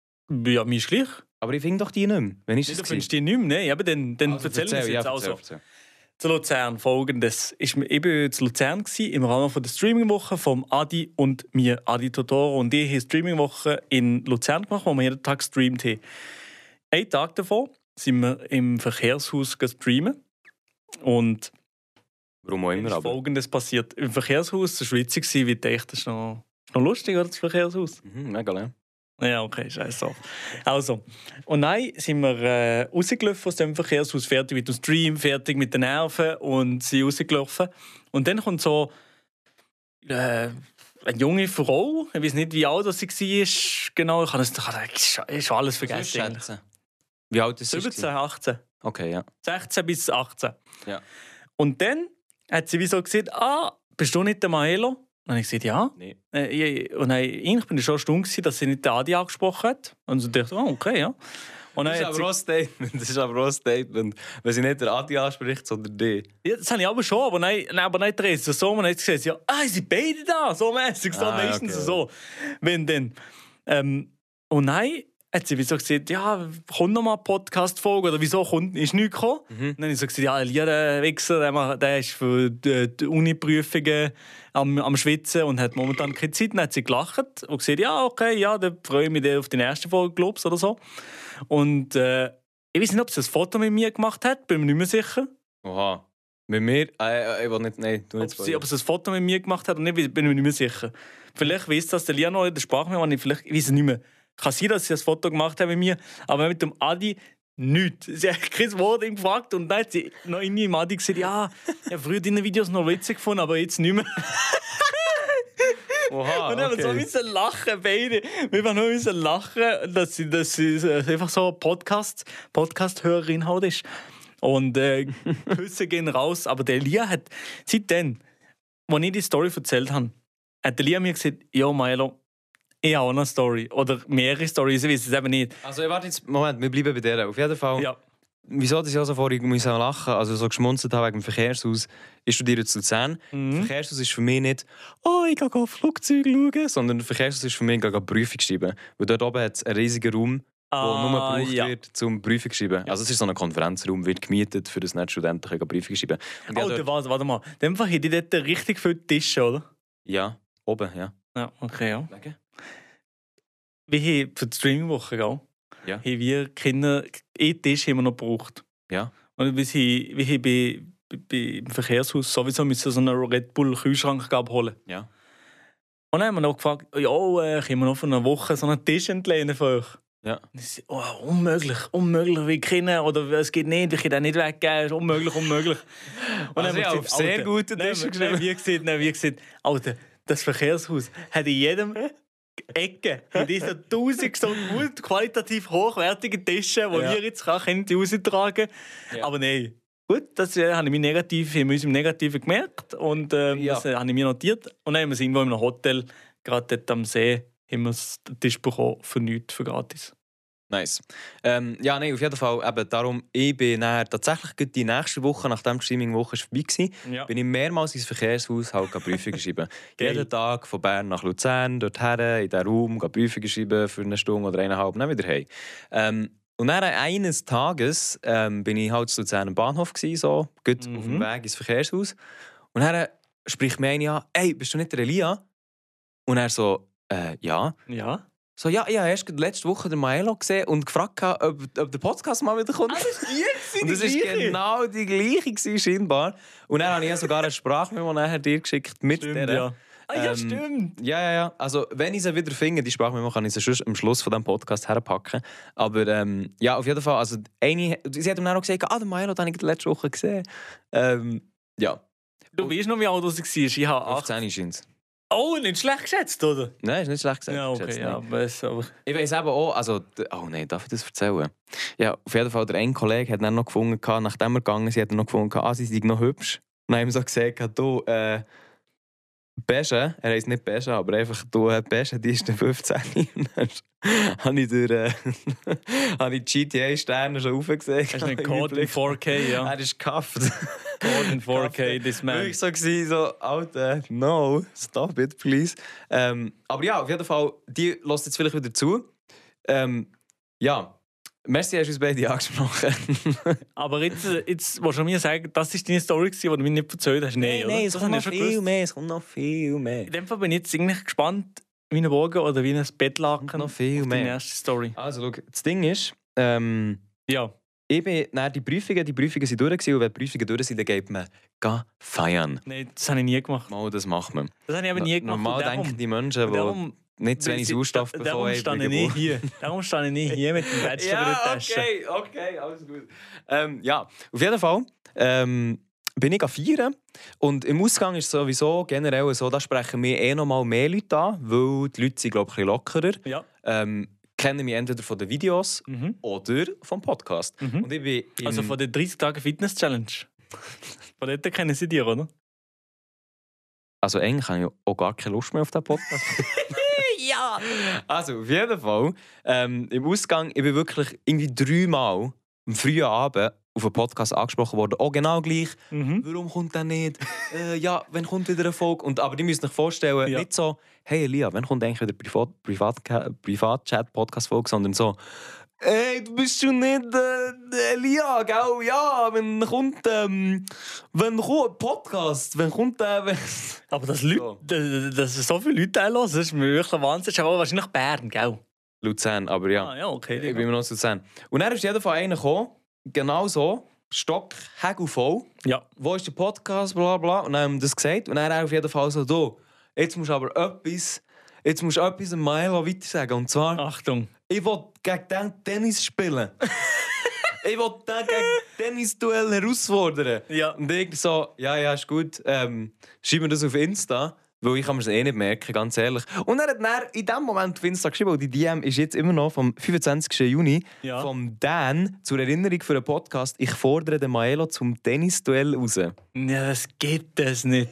D: Ja, mir ist gleich.
C: Aber ich finde doch die nicht mehr. Wenn ist
D: Du
C: es
D: findest die nicht mehr, ne? Aber dann, dann
C: Also,
D: erzähl
C: erzähl,
D: uns
C: ja,
D: jetzt
C: erzähl,
D: also.
C: erzähl.
D: zu Luzern folgendes. Ich war in Luzern gewesen, im Rahmen der Streaming-Woche von Adi und mir, Adi Totoro. Und ich habe eine Streaming-Woche in Luzern gemacht, wo wir jeden Tag gestreamt haben. Einen Tag davor sind wir im Verkehrshaus streamen. Und
C: Warum auch immer,
D: ist
C: aber...
D: folgendes passiert. Im Verkehrshaus, das war witzig, wie ich dachte, das ist noch, ist noch lustig, oder, das Verkehrshaus?
C: Mhm, mega, ja.
D: Ja, okay, scheiße. Also, und dann sind wir äh, rausgelaufen aus dem Verkehrshaus, fertig mit dem Stream, fertig mit den Nerven und sind rausgelaufen. Und dann kommt so äh, eine junge Frau, ich weiß nicht, wie alt sie war, genau, ich habe das ich habe schon alles vergessen.
C: Schätzen. Wie alt ist sie?
D: siebzehn, achtzehn.
C: Okay, ja.
D: sechzehn bis achtzehn.
C: Ja.
D: Und dann hat sie wie so gesagt, ah, bist du nicht der Maelo? Und dann habe ich gesagt, ja.
C: Nee.
D: Äh, ich, und dann, ich bin schon stumm gewesen, dass sie nicht den Adi angesprochen hat. Und so dachte ich, oh, okay, ja. Und
C: Das
D: dann
C: ist,
D: hat
C: aber
D: sie,
C: auch ein Statement. das ist aber auch ein Statement, wenn sie nicht der Adi anspricht, sondern die.
D: ja, das habe ich aber schon, aber nein, nein aber nicht Dress. So, man hat gesagt, ja, ah, sind beide da, so mäßig, so
C: Ah,
D: meistens
C: okay.
D: so. Wenn dann. Ähm, und nein, hat sie wieso gesagt, ja, kommt noch mal eine Podcast-Folge oder wieso kommt, ist nichts gekommen?
C: Mhm.
D: Und dann habe ich so gesagt, ja, Elia, der Wichser, der, macht- der ist für die, die Uni-Prüfungen am, am Schwitzen und hat momentan keine Zeit. Dann hat sie gelacht und gesagt, ja, okay, ja, dann freue ich mich dann auf die nächste Folge, glaubst oder so. Und äh, ich weiß nicht, ob sie ein Foto mit mir gemacht hat, bin mir nicht mehr sicher.
C: Oha. Mit mir? Äh, ich will nicht, nein, du
D: Ob
C: nicht.
D: sie, ob sie ein Foto mit mir gemacht hat oder nicht, bin ich mir nicht mehr sicher. Vielleicht weiss das der Liano in der Sprache, ich vielleicht ich weiß es nicht mehr. Kann sein, dass sie ein Foto gemacht hat mit mir, aber mit dem Adi nichts. Sie hat kein Wort ihm gefragt und dann hat sie noch in im Adi gesagt, ja, ich habe früher deine Videos noch witzig gefunden, aber jetzt nicht mehr.
C: Oha,
D: Und dann haben wir so
C: okay.
D: müssen lachen, beide. Wir haben nur müssen lachen, dass sie, dass sie einfach so eine Podcast, Podcast-Hörerin halt ist. Und äh, Küsse gehen raus. Aber der Elia hat, seitdem, als ich die Story erzählt habe, hat der Elia mir gesagt, ja, Milo, ich habe auch eine Story. Oder mehrere Storys, ich weiß es eben nicht.
C: Also, ich warte jetzt, Moment, wir bleiben bei der. Auf jeden Fall.
D: Ja.
C: Wieso dass ich auch so vorhin musste lachen, also so geschmunzelt habe wegen dem Verkehrshaus, ich studiere zu Luzern.
D: Mhm.
C: Verkehrshaus ist für mich nicht, oh, ich gehe auf Flugzeuge schauen, sondern Verkehrshaus ist für mich, ich gehe Prüfung schreiben. Weil dort oben hat es einen riesigen Raum, der
D: Ah,
C: nur gebraucht
D: ja.
C: wird, zum Prüfung schreiben. Also es ist so ein Konferenzraum, wird gemietet, für das nicht Studenten können Prüfung schreiben. Und ich habe
D: Alter,
C: dort,
D: warte, warte mal. In dem Fall hätte ich dort richtig viele Tische, oder?
C: ja, oben, ja.
D: Ja, okay, ja.
C: Wegen?
D: Wir haben für die Streaming-Woche, gell?
C: Ja.
D: Haben wir Kinder, einen Tisch haben wir noch gebraucht.
C: Ja.
D: Und wir haben, wir haben bei, bei, bei, im Verkehrshaus sowieso müssen so einen Red Bull Kühlschrank abholen.
C: Ja.
D: Und dann haben wir noch gefragt, ja, äh, können wir noch für eine Woche so einen Tisch entlehnen für euch?
C: Ja.
D: Und ich so, oh, unmöglich, unmöglich, wir können, oder es geht nicht, wir können den nicht weggeben, es ist unmöglich, unmöglich. Und
C: Also
D: dann
C: ich
D: haben wir
C: habe auf sehr
D: Alter,
C: guten
D: nein,
C: Tischen
D: nein,
C: geschrieben.
D: wie gesagt, nein, wie gesagt, Alter, das Verkehrshaus hat in jedem Ecke in diesen tausend so gut qualitativ hochwertigen Tischen, die
C: Ja.
D: wir jetzt kann, können die raustragen.
C: Ja.
D: Aber nein. Gut, das äh, habe ich mir negativ, in unserem Negativen gemerkt und äh,
C: Ja.
D: das äh, habe ich mir notiert. Und dann haben wir es irgendwo in einem Hotel, gerade dort am See, haben wir den Tisch bekommen für nichts, für gratis.
C: Nice. Ähm, ja, nein, auf jeden Fall. Eben darum, ich bin dann tatsächlich gerade die nächste Woche, nachdem die Streaming-Woche vorbei war,
D: Ja.
C: bin ich mehrmals ins Verkehrshaus halt Prüfungen schreiben.
D: Geil.
C: Jeden Tag von Bern nach Luzern, dorthin, in diesen Raum, gehe Prüfungen schreiben für eine Stunde oder eineinhalb, dann wieder heim. Ähm, und dann eines Tages ähm, bin ich halt zu Luzern am Bahnhof, gewesen, so, gut
D: Mhm.
C: auf dem Weg ins Verkehrshaus. Und dann spricht mir einer an, «Ey, bist du nicht der Elia?» Und er so, äh, «Ja.»
D: Ja.
C: So, ja, ich habe erst letzte Woche den Maelo gesehen und gefragt, ob, ob der Podcast mal wieder kommt.
D: Ah, das ist die
C: und das war genau die gleiche, gewesen, scheinbar. Und dann habe ich sogar eine Sprachmemo nachher dir geschickt mit
D: Stimmt,
C: der.
D: ja. Ah, ja,
C: Ähm,
D: stimmt.
C: Ja, ja, ja. Also, wenn ich sie wieder finde, die Sprachmemo, kann ich sie schon am Schluss von diesem Podcast herpacken. Aber ähm, ja, auf jeden Fall. Also, eine, sie hat ihm dann auch gesagt, ah, den Maelo habe ich letzte Woche gesehen. Ähm, ja,
D: Du weißt noch, wie alt das war. Ich habe acht.
C: fünfzehn scheint es.
D: Oh, nicht schlecht geschätzt, oder?
C: Nein, ist nicht schlecht gesagt.
D: Ja, okay,
C: geschätzt,
D: ja,
C: nein.
D: besser. Aber
C: Ich weiss eben auch, also, d- oh nein, darf ich das erzählen? Ja, auf jeden Fall, der eine Kollege hat dann noch gefunden, gehabt, nachdem wir gegangen sind, hat er noch gefunden, gehabt, ah, sie sind noch hübsch. Und dann haben wir so gesagt, du, äh, Beige, er heisst nicht Beige, aber einfach du, äh, Beige, die ist dann fünfzehn. Und dann habe ich durch, äh, habe ich G T A-Sterne schon aufgesehen.
D: hast du einen Code in four K, ja?
C: Er ist gekauft.
D: Code in four K, this man.
C: Wirklich so gewesen, so, Alter, no, stop it, please. Ähm, aber ja, auf jeden Fall, die lässt jetzt vielleicht wieder zu. Ähm, ja, Merci, hast du uns beide angesprochen.
D: Aber jetzt, äh, jetzt willst du mir sagen, das ist deine Story, die du mir nicht erzählt hast? Nein, oder?
C: es
D: Das
C: kommt
D: habe ich
C: noch
D: schon
C: viel
D: gewusst.
C: mehr, es kommt noch viel mehr.
D: In dem Fall bin ich jetzt eigentlich gespannt, wie ein Bogen oder wie ein Bettlaken
C: Noch viel
D: auf
C: mehr.
D: deine erste Story.
C: Also, schau, das Ding ist, ähm,
D: Ja.
C: ich bin, nein, die Prüfungen, die Prüfungen sind durch gewesen, und wenn die Prüfungen durch sind, dann geht man «Ga feiern».
D: Nein, das habe ich nie gemacht.
C: Mal, das macht man.
D: Das habe ich aber nie gemacht.
C: Normal
D: Und darum-
C: denken die Menschen, die
D: darum-
C: nicht zu wenig Sauerstoff bekommen
D: Darum
C: haben,
D: stehe
C: bei
D: ich nicht
C: Geburt.
D: hier. Darum stehe ich nicht hier mit dem Bachelor in der
C: Ja,
D: Tasche.
C: okay, okay, alles gut. Ähm, ja, auf jeden Fall ähm, bin ich feiern. Und im Ausgang ist es sowieso generell so, da sprechen wir eh noch mal mehr Leute an, weil die Leute sind, glaube ich, ein bisschen lockerer.
D: Ja.
C: Ähm, kennen mich entweder von den Videos
D: Mhm.
C: oder vom Podcast.
D: Mhm.
C: Und ich bin im,
D: Also von der dreißig Tage Fitness Challenge. Von dort kennen sie dich, oder?
C: also eigentlich habe ich auch gar keine Lust mehr auf diesen Podcast.
D: Ja!
C: Also, auf jeden Fall, ähm, im Ausgang, ich bin wirklich irgendwie dreimal am frühen Abend auf einen Podcast angesprochen worden. Auch genau gleich.
D: Mhm.
C: Warum kommt der nicht? äh, ja, wann kommt wieder eine Folge? Und, aber die müssen sich vorstellen,
D: Ja.
C: nicht so, hey Elia, wann kommt eigentlich wieder Privat, Privat, Privat-Chat-Podcast-Folge, sondern so, hey, du bist schon nicht äh, Elia, gell? Ja, wenn kommt, ähm, wenn kommt ein Podcast, wenn kommt der, wenn...
D: Aber dass, Leute,
C: So.
D: dass, dass so viele Leute einlassen, das ist mir wirklich ein Wahnsinn. Das ist aber wahrscheinlich Bern, gell?
C: Luzern, aber ja.
D: Ah, ja, okay.
C: Ich bin immer noch zu Luzern. Und dann ist jeder von einer gekommen, genau so, Stock, Hegel voll.
D: Ja.
C: Wo ist der Podcast, bla bla. Und dann haben wir das gesagt. Und dann auf jeden Fall so, du, jetzt musst du aber etwas, jetzt musst du etwas am Milo weiter sagen. Und zwar,
D: Achtung.
C: ich will gegen den Tennis spielen. Ich will den gegen Tennis-Duell herausfordern.
D: Ja.
C: Und ich so, ja, ja, ist gut. Ähm, schreib mir das auf Insta. Weil ich kann mir das eh nicht merken, ganz ehrlich. Und er hat dann in dem Moment auf Insta geschrieben, weil die D M ist jetzt immer noch vom fünfundzwanzigsten Juni,
D: Ja.
C: vom Dan zur Erinnerung für einen Podcast. Ich fordere den Maelo zum Tennisduell raus.
D: Ja, das geht das nicht.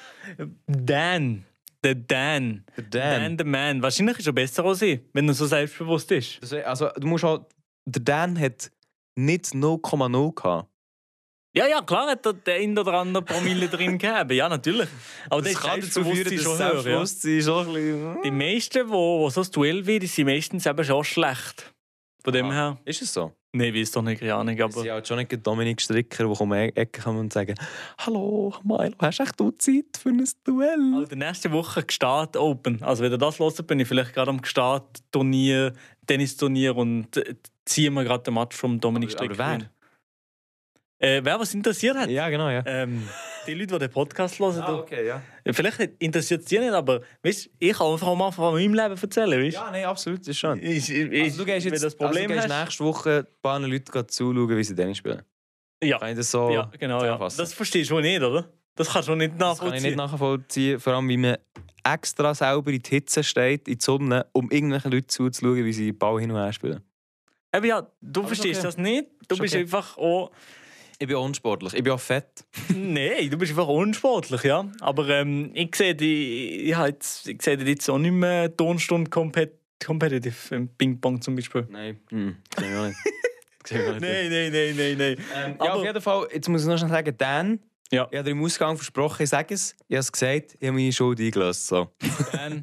D: Dan. Der Dan.
C: Der Dan.
D: Dan, der Man. Wahrscheinlich ist er besser als ich, wenn er so selbstbewusst ist.
C: Das, also, du musst auch, der Dan hat nicht null Komma null gehabt.
D: Ja, ja, klar hat er den einen oder anderen Promille drin gegeben. Ja, natürlich. Aber
C: Das
D: das
C: kann dazu führen, dass
D: schon
C: das
D: höher. Ja.
C: Selbstbewusstsein schon ein bisschen...
D: Die meisten, die, die so ein Duell will, die sind meistens eben schon schlecht. Von dem
C: Ah,
D: her.
C: Ist es so?
D: Nein, weiß doch nicht, keine Ahnung.
C: Es
D: Aber
C: sind halt schon nicht Dominik Stricker, der um die Ecke kommen und sagen: Hallo, Maelo, hast du echt du Zeit für ein Duell?
D: also, nächste Woche Gstaad Open. Also, wenn ihr das hört, bin ich vielleicht gerade am Gstaad-Turnier, Tennisturnier und äh, ziehe mir gerade den Match vom Dominik
C: Aber- aber
D: Stricker.
C: wer?
D: rein. Äh, wer was interessiert hat?
C: Ja, genau, ja.
D: Ähm, die Leute, die den Podcast hören.
C: Ah, okay, ja.
D: da- Vielleicht interessiert es dich nicht, aber weißt, ich kann einfach mal von meinem Leben erzählen. Weißt?
C: Ja, nein, absolut, das ist schon.
D: Ich, ich, ich,
C: Also, du gehst
D: wenn
C: jetzt
D: das Problem
C: also, du gehst
D: hast,
C: nächste Woche ein paar Leute gerade zuschauen, wie sie Tennis spielen.
D: ja,
C: Kann ich das so
D: ja, genau, ja.
C: zusammenfassen?
D: Das verstehst du nicht, oder? Das kannst du nicht
C: Das kann ich nicht
D: nachvollziehen.
C: nachvollziehen. Vor allem, wie man extra selber in die Hitze steht, in die Sonne, um irgendwelchen Leuten zuzuschauen, wie sie den Ball hin und her spielen.
D: Eben, ja, du
C: Aber ist
D: verstehst
C: okay.
D: das nicht. Du
C: Ist
D: bist
C: okay.
D: einfach auch.
C: Ich bin unsportlich, ich bin auch fett.
D: Nein, du bist einfach unsportlich, ja. Aber ähm, ich sehe dich, ich, habe jetzt, ich sehe dich jetzt auch nicht mehr Tonstunde compet competitive im Ping-Pong zum Beispiel.
C: Nein, hm, sehe ich auch nicht. Sehe ich auch nicht.
D: Nein, nein, nein, nein, nein.
C: Ähm, ja,
D: Aber-
C: auf jeden Fall, jetzt muss ich noch schnell sagen, Dan,
D: Ja.
C: ich habe dir im Ausgang versprochen, ich sage es, ich habe es gesagt, ich habe meine Schuld eingelöst. So.
D: Dann,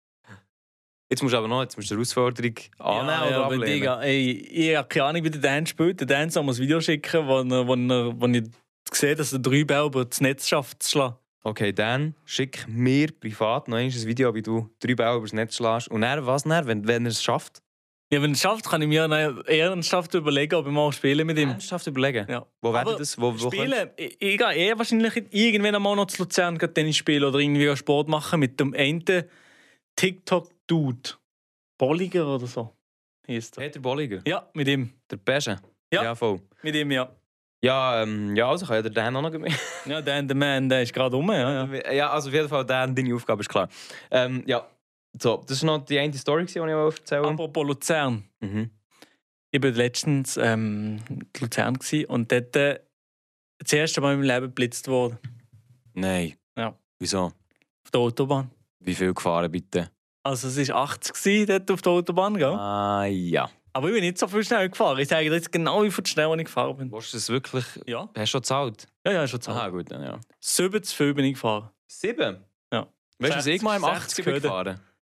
C: Jetzt musst du aber noch, jetzt musst du die Herausforderung annehmen
D: ja,
C: oder
D: ja, aber
C: ablehnen.
D: Digga, ey, ich habe keine Ahnung, wie der Dan spielt. Der Dan soll mir ein Video schicken, wo, er, wo, er, wo ich sehe, dass er drei Bälle über das Netz schafft zu schlagen.
C: Okay, dann schick mir privat noch einmal ein Video, wie du drei Bälle übers Netz schlägst. Und dann, was dann, wenn, wenn er es schafft?
D: Ja, wenn er es schafft, kann ich mir dann ernsthaft überlegen, ob ich mal spielen mit ihm.
C: Ernsthaft überlegen.
D: Ja.
C: Wo
D: Aber
C: werden das? Wo, wo
D: Spielen, ich, ich gehe eher wahrscheinlich irgendwann einmal noch zu Luzern gehen Tennis spielen oder irgendwie Sport machen mit dem einen TikTok-Dude. Bolliger oder so heisst er.
C: Peter Bolliger,
D: Ja, mit ihm.
C: der Beste.
D: Ja.
C: ja voll.
D: Mit ihm, ja.
C: Ja, ähm, ja, also kann ja der Dan auch noch mit.
D: Ja, Dan, der Man, der ist gerade rum, ja. ja.
C: Ja, also auf jeden Fall, Dan, deine Aufgabe ist klar. Ähm, ja, so, das ist noch die eine Story, die ich erzählen wollte.
D: Apropos Luzern.
C: Mhm.
D: Ich war letztens ähm, in Luzern gewesen und dort äh, das erste Mal in meinem Leben geblitzt worden.
C: Nein.
D: Ja.
C: Wieso?
D: Auf der Autobahn.
C: Wie viel gefahren, bitte?
D: Also es war achtzig gewesen, dort auf der Autobahn, gell?
C: Ah, ja.
D: Aber ich bin nicht so viel schnell gefahren. Ich sage dir jetzt genau, wie viel schnell ich gefahren bin.
C: Willst du das wirklich...
D: Ja,
C: Hast du schon gezahlt?
D: ja, ja, schon zu
C: Aha, gut, dann ja.
D: sieben zu viel bin ich gefahren.
C: Sieben?
D: Ja.
C: Weißt du, was ich mal im
D: sechzig
C: achtzig bin
D: Höhen.
C: gefahren?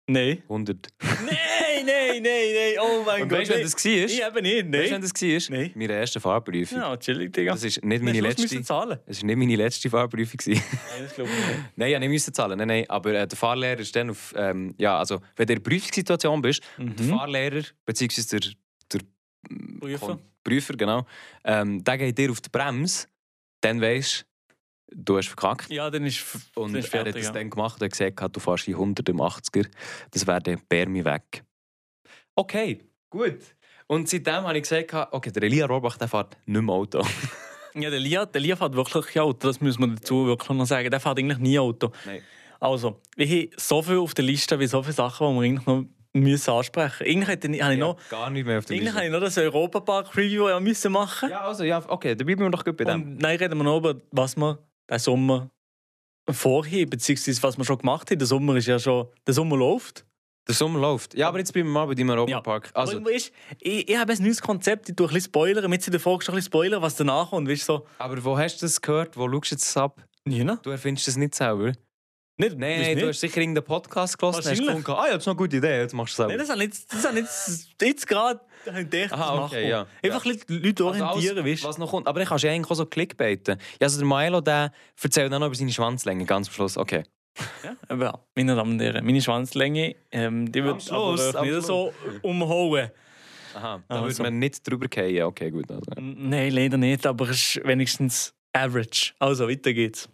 D: Nein.
C: hundert.
D: Nein, nein, nein, nein. Oh mein
C: Und
D: Gott.
C: weißt du, wenn das war?
D: Ich eben nicht.
C: Weißt du, wenn
D: Nein.
C: das war?
D: Nein.
C: Meine erste Fahrprüfung.
D: Ja, chillig, Digga.
C: Das ist nicht meine
D: Nein,
C: letzte.
D: müssen zahlen.
C: Es war nicht meine letzte Fahrprüfung.
D: Nein, das glaube ich nicht.
C: Nein, ich musste nicht zahlen. Nein, nein. Aber äh, der Fahrlehrer ist dann auf. Ähm, ja, also, wenn du in der Prüfungssituation bist,
D: Mhm.
C: der Fahrlehrer, beziehungsweise der, der
D: Prüfer.
C: Kon- Prüfer, genau, ähm, der geht dir auf die Bremse, dann weisst du, hast verkackt.
D: Ja, dann ist,
C: Und
D: dann ist
C: er hat
D: fertig.
C: das
D: Ja.
C: dann gemacht und hat gesagt, du fährst in hundert im achtziger. Das wäre der Bärmi weg. Okay, gut. Und seitdem habe ich gesagt, okay, der Elia Rohrbach der fährt nicht mehr Auto.
D: Ja, der Lia, der Lia fährt wirklich Auto, das muss man dazu wirklich noch sagen. Der fährt eigentlich nie Auto.
C: Nein.
D: Also, wir haben so viel auf der Liste, wie so viele Sachen, die wir eigentlich noch müssen ansprechen müssen. Eigentlich hätte ich, habe ich
C: Ja,
D: noch,
C: gar nicht mehr auf der
D: eigentlich
C: Liste.
D: habe ich noch das Europapark-Review ja müssen machen.
C: Ja, also, ja, okay, dann bleiben wir doch gut bei dem.
D: Und dann reden wir noch über, was wir diesen Sommer vorhin, beziehungsweise was wir schon gemacht haben. Der Sommer ist ja schon, der Sommer läuft.
C: Der Sommer läuft. Ja, aber jetzt bleiben wir mal bei deinem Europapark.
D: Ja.
C: Also,
D: Aber weißt, ich, ich habe ein neues Konzept, ich tue ein bisschen spoilern, mit in der Folge schon ein bisschen spoilern, was danach kommt. Weißt, so,
C: aber wo hast du das gehört? Wo schaust du jetzt ab?
D: Nina?
C: Du erfindest das nicht selber?
D: Nicht,
C: Nein,
D: weißt
C: nein,
D: nicht?
C: du hast sicher irgendeinen Podcast gelesen und hast
D: Wahrscheinlich.
C: gefunden, ah ja, das ist noch eine gute Idee, jetzt machst du es
D: Nein,
C: selber.
D: das habe ich jetzt, das habe ich jetzt, jetzt gerade gedacht,
C: Aha,
D: das
C: okay,
D: machen
C: ja.
D: Einfach die Leute orientieren,
C: also
D: weißt
C: alles, was noch kommt. Aber ich kannst ja eigentlich auch so Clickbaiten. Ja, also der Milo, der erzählt auch noch über seine Schwanzlänge, ganz am Schluss. Okay.
D: Ja, aber ja, meine Damen und Herren, meine Schwanzlänge, ähm, die wird
C: Schluss,
D: aber
C: am
D: nicht
C: Schluss.
D: so umhauen.
C: Aha, da
D: Also.
C: würde man nicht drüber fallen. Okay, gut. Also.
D: Nein, leider nicht, aber es ist wenigstens average. Also, weiter geht's.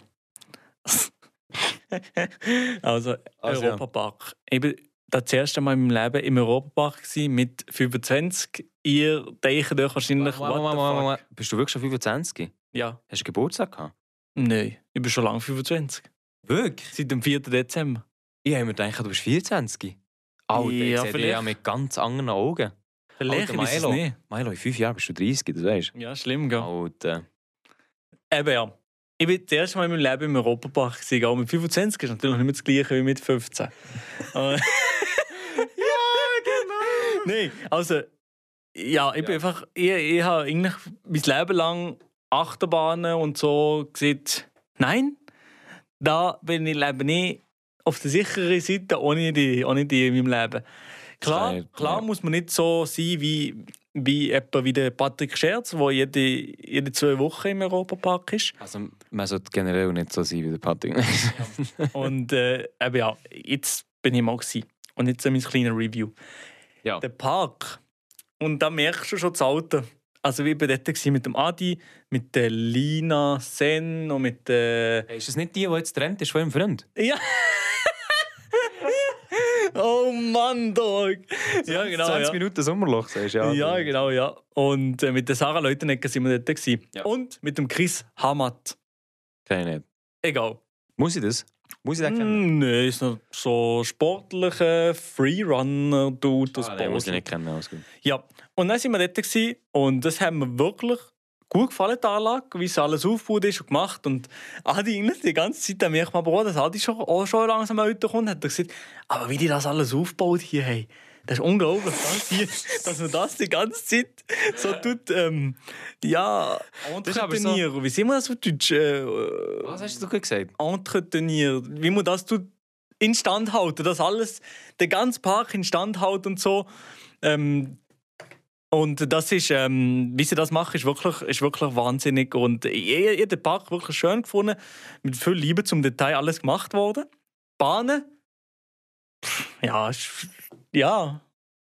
D: also,
C: Also, ja.
D: Europapark. Ich war das erste Mal in meinem Leben im Europapark gewesen, mit fünfundzwanzig. Ihr denkt euch wahrscheinlich,
C: Moment, Moment,
D: what the
C: Moment,
D: fuck?
C: Moment. Bist du wirklich schon fünfundzwanzig?
D: Ja,
C: Hast du Geburtstag gehabt?
D: nein, ich bin schon lange fünfundzwanzig.
C: Wirklich?
D: Seit dem vierten Dezember.
C: Ich habe mir gedacht, du bist vierundzwanzig. Alter,
D: Ja,
C: ich sehe dich
D: vielleicht.
C: ja mit ganz anderen Augen.
D: Vielleicht
C: Alter,
D: ist es
C: Milo.
D: nicht.
C: Milo, in fünf Jahren bist du dreißig, das weißt du.
D: Ja, schlimm, gell?
C: Alter.
D: Eben ja. Ich bin das erste Mal in meinem Leben im Europapark gewesen. Auch mit fünfundzwanzig ist natürlich nicht mehr das Gleiche wie mit fünfzehn. ja, genau. Nein, also, ja, ich bin
C: Ja.
D: einfach, ich, ich habe eigentlich mein Leben lang Achterbahnen und so gesagt, nein, da bin ich lebe nicht auf der sicheren Seite ohne die, ohne die in meinem Leben. Klar,
C: Nein,
D: klar
C: ja.
D: muss man nicht so sein wie, wie, etwa wie der Patrick Scherz, der jede, jede zwei Wochen im Europapark ist.
C: Also, man sollte generell nicht so sein wie der Patrick.
D: Und äh, eben ja, jetzt bin ich mal gewesen. Und jetzt mein kleines Review.
C: Ja.
D: Der Park. Und da merkst du schon das Alter. Also ich war dort gewesen mit dem Adi, mit der Lina Sen und mit der...
C: Hey, ist das nicht die, die jetzt trennt ist von ihrem Freund?
D: Ja! oh Mann, Dog! Ja, genau,
C: zwanzig
D: ja.
C: Minuten Sommerloch, sagst du, ja.
D: Ja, genau, ja. Und äh, mit der Sarah Leutenegger sind wir dort gewesen.
C: Ja.
D: Und mit dem Chris Hammert.
C: Kenn ich nicht.
D: Egal.
C: Muss ich das? Muss ich den kennen?
D: Mm, Nein, ist noch so sportlicher Freerunner-Dude aus
C: Ah, den muss ich
D: Basel.
C: nicht kennen. Alles gut.
D: Ja, und dann sind wir dort gewesen, und das hat mir wirklich gut gefallen, die Anlage, wie es alles aufgebaut ist und gemacht. Und Adi eigentlich die ganze Zeit an mich mal dass Adi schon, auch schon langsam älter kommt, hat er gesagt, aber wie die das alles aufgebaut hier haben, das ist unglaublich, das hier, dass man das die ganze Zeit so tut, ähm, ja,
C: Das ist aber so-
D: entretenieren. Wie sehen wir das auf Deutsch? Äh,
C: Was hast du gesagt?
D: entretenieren, wie man das tut, instand halten, dass alles, der ganze Park instand hält und so. Ähm, und das ist, ähm, wie sie das machen, ist wirklich, ist wirklich wahnsinnig. Und ich, ich, ich habe den Park wirklich schön gefunden, mit viel Liebe zum Detail alles gemacht worden. Bahnen, pff, ja, ist- ja,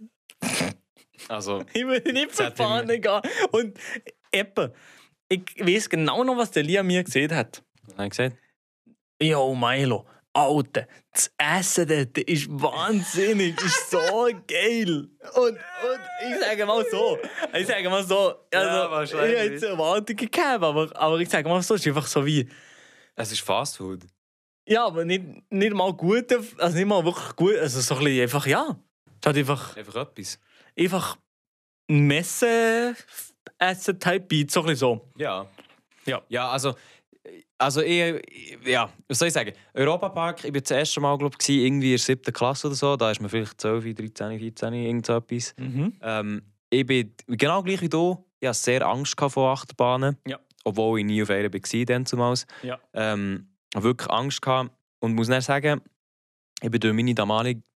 C: Also,
D: ich will nicht für
C: hat ihm-
D: Bahnen gehen. Und eben, ich weiß genau noch, was der Lia mir gesehen hat.
C: was habe ich gesagt?
D: Jo, Milo, Alter, das Essen dort ist wahnsinnig, ist so geil. Und, und ich sage mal so, ich sage mal so,
C: Ja,
D: also,
C: wahrscheinlich.
D: ich hätte jetzt Erwartungen gegeben, aber, aber ich sage mal so, es ist einfach so wie,
C: Es ist Fast Food.
D: ja, aber nicht, nicht mal gut, also nicht mal wirklich gut, also so ein bisschen einfach, ja, es hat einfach,
C: Einfach etwas.
D: einfach ein Messe-Essen-Type Beat, so ein bisschen so.
C: Ja.
D: Ja.
C: Ja, also... Also ich, ja, was soll ich sagen? Europapark, ich war das erste Mal, glaube ich, irgendwie in der siebten Klasse oder so. Da ist man vielleicht zwölf, dreizehn, vierzehn, irgend so etwas.
D: Mhm.
C: Ähm, ich bin genau gleich wie du. Ich hatte sehr Angst vor Achterbahnen.
D: Ja.
C: Obwohl ich nie auf einer war, dann zumal.
D: Ja.
C: Ähm, ich hatte wirklich Angst gehabt und muss dann sagen, ich bin durch meine damalige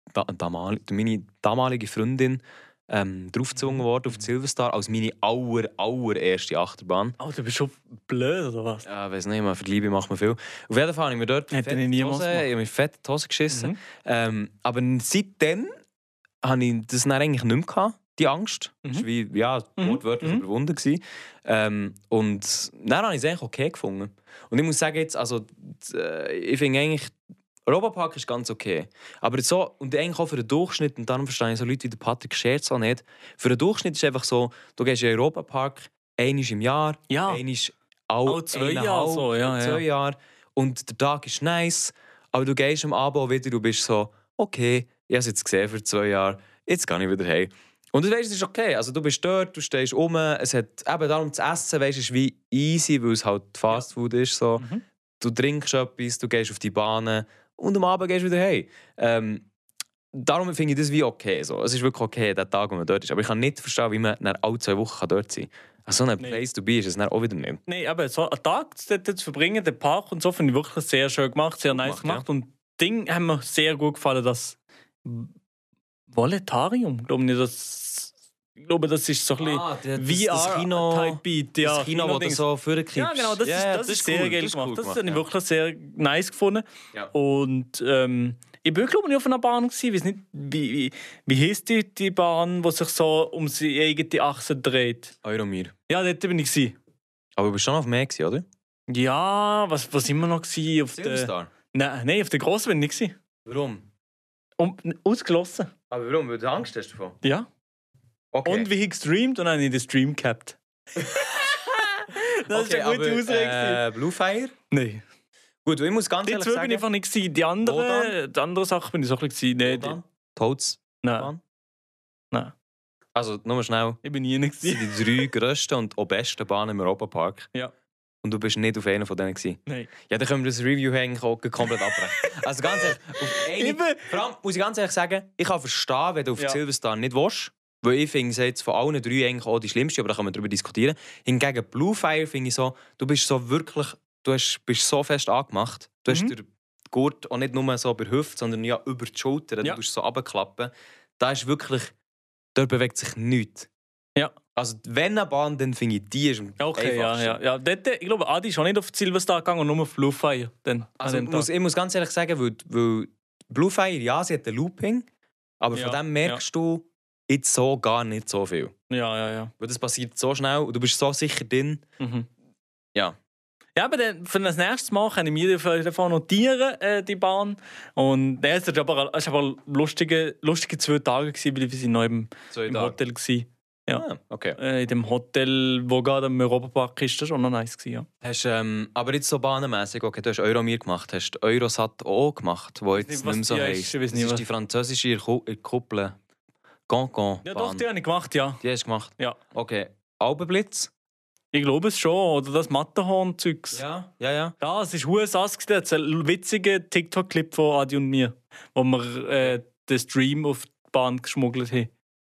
C: da, damal, meine damalige Freundin ähm, draufgezwungen worden auf die Silverstar als meine aller, allererste Achterbahn.
D: Oh, du bist schon blöd, oder was?
C: Ja, weiß nicht, man, für die Liebe macht man viel. Auf jeden Fall habe ich mir dort
D: Hätte
C: fett
D: ich
C: in die
D: niemals
C: Hose,
D: gemacht.
C: ich habe mir fett in die Hose geschissen.
D: Mhm.
C: Ähm, aber seitdem habe ich das dann eigentlich nicht mehr gehabt, die Angst.
D: Mhm.
C: Das war wie, ja,
D: Mhm.
C: wortwörtlich
D: Mhm.
C: überwunden gewesen. Ähm, und dann habe ich es eigentlich okay gefunden. Und ich muss sagen, jetzt, also, d- äh, ich finde eigentlich, Europapark ist ganz okay. Aber so, und eigentlich auch für den Durchschnitt, und darum verstehe ich so Leute wie der Patrick Scherz auch nicht, für den Durchschnitt ist einfach so, du gehst in den Europapark einmal im Jahr,
D: Ja.
C: einmal auch
D: Alle zwei
C: eineinhalb,
D: Jahre so, ja,
C: zwei
D: ja.
C: Jahre. Und der Tag ist nice, aber du gehst am Abend auch wieder, du bist so, okay, ich habe es jetzt gesehen für zwei Jahre, jetzt gehe ich wieder heim. Und du weißt, es ist okay. Also du bist dort, du stehst rum, es hat eben darum zu essen, weißt, ist wie easy, weil es halt Fast Food ist. So.
D: Mhm.
C: Du trinkst etwas, du gehst auf die Bahnen und am Abend gehst du wieder heim. Ähm, darum finde ich das wie okay. So. Es ist wirklich okay, der Tag, wo man dort ist. Aber ich kann nicht verstehen, wie man nach alle zwei Wochen dort sein kann. Also so ein
D: Nee.
C: Place to be ist es dann auch wieder nicht.
D: Nein, aber so einen Tag dort zu verbringen, den Park und so, finde ich wirklich sehr schön gemacht, sehr nice
C: gemacht,
D: gemacht. Und Ding haben mir sehr gut gefallen, das Voletarium, glaube ich, das, ich glaube, das ist so ein bisschen
C: Ah, der- das-
D: V
C: das Kino-
D: R-Type-Beat. Ja,
C: das Kino, wo du
D: Kino-Dings.
C: so vorkriegst.
D: Ja, genau, das, ist, das, ist sehr
C: cool,
D: geil
C: das ist
D: gemacht.
C: cool
D: Das habe ich
C: ja.
D: wirklich sehr nice gefunden.
C: Ja.
D: Und ähm, ich bin, glaube ich, auf einer Bahn gewesen. Ich weiß nicht, wie, wie, wie heisst die, die Bahn, die sich so um seine eigene Achse dreht?
C: Euromir.
D: Ja, dort bin ich. Gewesen.
C: Aber du bist schon auf mehr gewesen, oder?
D: Ja, was, was sind wir noch? Gewesen? Auf der,
C: Silverstar.
D: nein, nein, auf der grossen bin ich nicht. Gewesen.
C: Warum?
D: Um, ausgeschlossen.
C: Aber warum? Weil du Angst hast davon?
D: Ja.
C: Okay.
D: Und wie ich gestreamt und dann habe ich den Stream gehabt. das ist eine gute
C: aber,
D: Ausrede.
C: Äh, Bluefire?
D: Nein.
C: Gut, ich muss ganz
D: Die
C: ehrlich
D: zwei bin
C: sagen...
D: ich einfach nicht. Gewesen. Die andere, die andere Sache bin ich so ein bisschen. Nein, die,
C: Wodan? Toads?
D: nein,
C: Bahn?
D: nein.
C: Also, nur schnell.
D: Ich bin nie nicht.
C: Das sind die drei grössten und auch besten Bahnen im Europapark.
D: Ja.
C: Und du bist nicht auf einer von denen gewesen.
D: Nein.
C: Ja, dann können wir das Review eigentlich auch komplett abbrechen. Also ganz ehrlich, auf eine,
D: Ich bin-
C: vor allem muss ich ganz ehrlich sagen, ich kann verstehen, wenn du auf
D: Ja.
C: die Silverstar nicht willst. Weil ich finde es jetzt von allen drei eigentlich auch die schlimmste, aber da können wir darüber diskutieren. Hingegen Bluefire finde ich so, du bist so wirklich, du hast, bist so fest angemacht. Du hast
D: Mhm.
C: den Gurt auch nicht nur so bei der Hüfte, sondern ja über die Schulter.
D: Ja.
C: Du musst so runterklappen. Da ist wirklich, dort bewegt sich nichts.
D: Ja.
C: Also wenn eine Bahn, dann finde ich, die ist am
D: Okay, ja,
C: einfachsten.
D: ja. ja. Dort, ich glaube, Adi ist auch nicht auf die Silverstar gegangen und nur auf Bluefire. Dann,
C: Also
D: an
C: ich
D: dem
C: muss,
D: Tag.
C: ich muss ganz ehrlich sagen, weil, weil Bluefire, ja, sie hat ein Looping, aber
D: Ja,
C: von dem merkst du jetzt so gar nicht so viel.
D: Ja, ja, ja.
C: Weil das passiert so schnell und du bist so sicher drin.
D: Mhm.
C: Ja.
D: Ja, aber dann, für das nächste Mal kann ich mir davon notieren, äh, die Bahn. Und ja, es war aber, es war aber lustige, lustige zwei Tage, gewesen, weil wir sind noch im,
C: Zwei
D: im
C: Tage.
D: Hotel waren. Ja.
C: Ah, okay.
D: Äh, in dem Hotel, wo gerade im Europapark ist, das war auch noch nice. Gewesen, ja.
C: Hast, ähm, aber jetzt so bahnenmässig, okay, du hast Euromir gemacht, hast du Eurosat auch gemacht, wo jetzt
D: nicht,
C: nicht,
D: was
C: mehr so
D: die
C: heisst.
D: heisst, ich weiß
C: Das
D: nicht,
C: ist
D: was-
C: die französische in Ku- in Kuppel. Gongon.
D: ja, doch, die habe ich gemacht, ja.
C: Die hast du gemacht?
D: ja.
C: Okay. Alpenblitz?
D: Ich glaube es schon. Oder das Matterhorn-Zeugs.
C: Ja, ja, ja.
D: Ja, es ist hure sass gewesen. Das ist ein witziger TikTok-Clip von Adi und mir, wo wir äh, den Stream auf die Bahn geschmuggelt haben.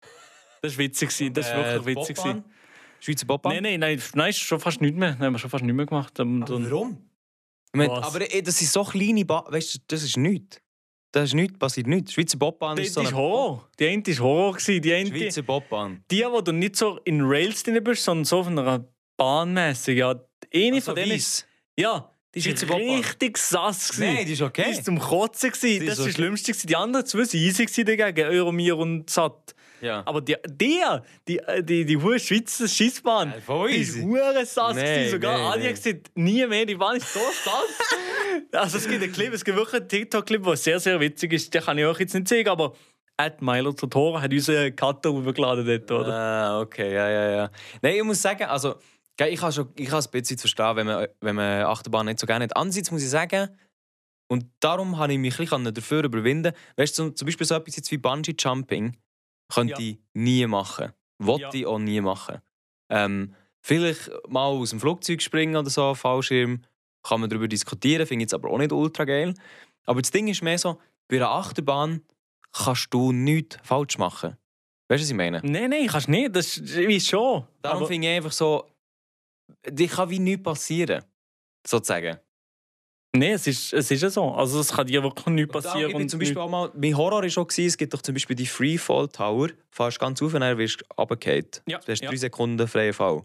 D: Das war witzig. gewesen. Das war
C: Äh,
D: wirklich witzig.
C: Bobbahn?
D: gewesen.
C: Schweizer Bobbahn?
D: Nein, nein, nein, nein, ist schon fast nichts mehr. Nein, haben wir schon fast nicht mehr gemacht. Und,
C: Aber
D: und,
C: warum? Ich meine,
D: Was?
C: aber eh, das sind so kleine Bahnen, weißt du, das ist nichts. Das ist nichts, passiert nichts. Schweizer Bobbahn
D: die,
C: ist so
D: die ist
C: eine
D: Horror. Die eine ist Horror. Gewesen. Die eine, die,
C: Schweizer Bobbahn.
D: die, wo du nicht so in Rails drin bist, sondern so von einer Bahn mäßig. Ja, eine
C: Also
D: von denen
C: weiss.
D: Ja, die
C: Schweizer
D: war
C: Bobbahn.
D: richtig sass. gewesen.
C: Nein, die ist okay.
D: Die ist zum Kotzen. Gewesen.
C: Die
D: Das
C: ist
D: war
C: okay.
D: das Schlimmste. gewesen. Die anderen zwei waren easy gewesen dagegen. Euromir und Satt.
C: Ja.
D: Aber die, der, die, die, die hohe Schweizer Schissbahn,
C: Ja, voll
D: die ist
C: easy.
D: hure sass.
C: Nee,
D: gewesen. Sogar
C: nee,
D: Adi
C: nee.
D: hat gesagt, nie mehr, die Bahn ist so sass. Also es gibt einen Clip, es gibt wirklich einen TikTok-Clip, der sehr, sehr witzig ist. Den kann ich euch jetzt nicht zeigen, aber Ed Milo Totoro hat unseren Cutter hochgeladen dort, oder?
C: Ah, okay, ja, ja, ja. Nein, ich muss sagen, also, gell, ich kann schon, ich kann es ein bisschen verstehen, wenn man, wenn man Achterbahn nicht so gerne hat. Andererseits muss ich sagen, und darum habe ich mich ein bisschen dafür überwinden. Weißt du, zum, zum Beispiel so etwas jetzt wie Bungee Jumping könnte
D: Ja.
C: ich nie machen. Wollte
D: Ja.
C: ich auch nie machen. Ähm, vielleicht mal aus dem Flugzeug springen oder so, Fallschirm, kann man darüber diskutieren, finde ich jetzt aber auch nicht ultra geil. Aber das Ding ist mehr so, bei einer Achterbahn kannst du nichts falsch machen. Weißt du, was ich meine?
D: Nein, nein, kannst nicht. Das ist wie schon.
C: Darum
D: Aber-
C: finde ich einfach so, dir kann wie nichts passieren. Sozusagen.
D: Nein, es ist, es ist ja so. Also es kann dir wirklich nichts
C: Und da,
D: passieren.
C: ich bin
D: und
C: zum Beispiel
D: nichts-
C: auch mal, mein Horror war schon, es gibt doch zum Beispiel die Freefall Tower, fährst ganz auf und dann wirst du runtergefallen.
D: Ja,
C: Du hast
D: ja.
C: drei Sekunden freien Fall.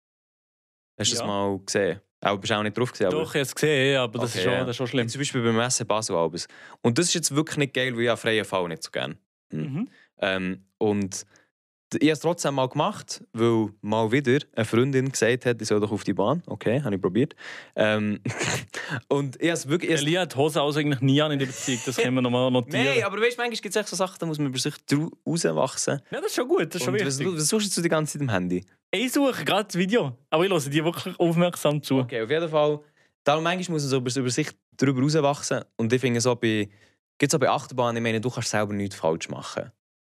C: Hast du
D: Ja.
C: das mal gesehen? Aber bist auch nicht drauf gesehen. Aber
D: Doch, ich habe es gesehen, ja, aber das,
C: Okay,
D: ist schon,
C: ja.
D: das ist schon schlimm.
C: zum Beispiel beim Essen Basel Albers. Und das ist jetzt wirklich nicht geil, weil ich habe freien Fall nicht so gerne.
D: Mhm.
C: Ähm, und d- ich habe es trotzdem mal gemacht, weil mal wieder eine Freundin gesagt hat, ich soll doch auf die Bahn. Okay, habe ich probiert. Ähm, und ich habe es wirklich... ich habe es-
D: Elia hat die Hose aus eigentlich nie an in der Beziehung, das können wir nochmal notieren.
C: Nein, aber weißt du, manchmal gibt es echt so Sachen, da muss man über sich drau- rauswachsen.
D: Ja, das ist schon gut, das ist schon
C: Und was,
D: wichtig.
C: was suchst du jetzt die ganze Zeit am Handy?
D: Ich suche gerade das Video, aber ich höre dir wirklich aufmerksam zu.
C: Okay, auf jeden Fall. Darum manchmal muss man so über, über sich darüber rauswachsen. Und ich finde so bei... Gibt so bei Achterbahn, ich meine, du kannst selber nichts falsch machen.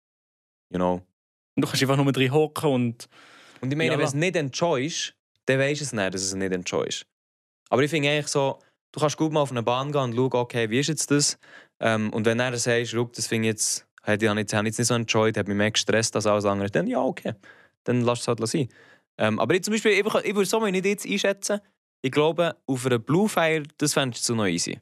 C: You know?
D: Und du kannst einfach nur drin hocken und...
C: Und ich meine,
D: Ja,
C: wenn du es
D: la.
C: nicht enjoyst, dann weisst du es nicht, dass du es nicht enjoyst. Aber ich finde eigentlich so, du kannst gut mal auf eine Bahn gehen und schauen, okay, wie ist jetzt das? Ähm, und wenn du dann sagst, schau, das finde ich jetzt, hey, die habe ich jetzt habe ich jetzt nicht so enjoyed, hat mich mehr gestresst als alles andere, dann ja, okay. Dann lass es halt sein. Ähm, aber ich zum Beispiel, ich, ich würde so mal nicht jetzt einschätzen, ich glaube, auf einer Blue Fire, das fändest du so noch easy.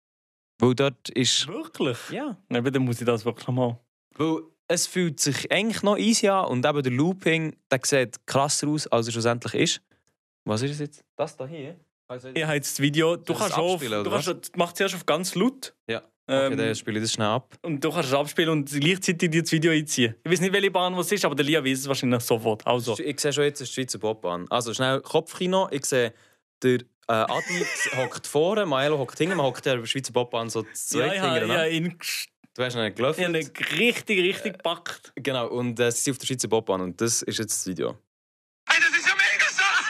C: Weil dort ist...
D: Wirklich?
C: Ja.
D: Eben, dann muss ich das wirklich nochmal...
C: Weil es fühlt sich eigentlich noch easy an und eben der Looping, der sieht krasser aus, als er schlussendlich ist. Was ist es jetzt? Das da hier? Also,
D: Ich habe jetzt das Video... Du
C: Soll ich
D: kannst
C: das
D: auf...
C: abspielen,
D: Du
C: oder
D: kannst, mach zuerst auf ganz laut.
C: ja. Okay,
D: Ähm,
C: dann spiele ich das schnell ab.
D: Und du kannst es abspielen und gleichzeitig dir das Video einziehen. Ich weiß nicht, welche Bahn es ist, aber der Lia weiß es wahrscheinlich sofort. Also.
C: Ich sehe schon jetzt das Schweizer Bobbahn. Also schnell Kopfkino. Ich sehe, der äh, Adi hockt vorne, Maelo hockt hinten. Man hockt ja bei der Schweizer Bobbahn so zwei
D: Ja, ich habe
C: Finger.
D: ja,
C: Ne?
D: ihn gest-
C: Du hast ihn
D: ich
C: gelöffelt.
D: habe ihn richtig, richtig gepackt.
C: Genau, und äh, sie sind auf der Schweizer Bobbahn. Und das ist jetzt das Video.
E: Hey, das ist ja mega sass!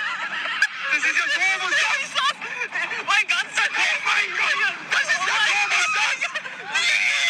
E: Das ist ja Turbo sass! Mein ganzer Kopf, mein Gott! Das ist ja Turbo sass!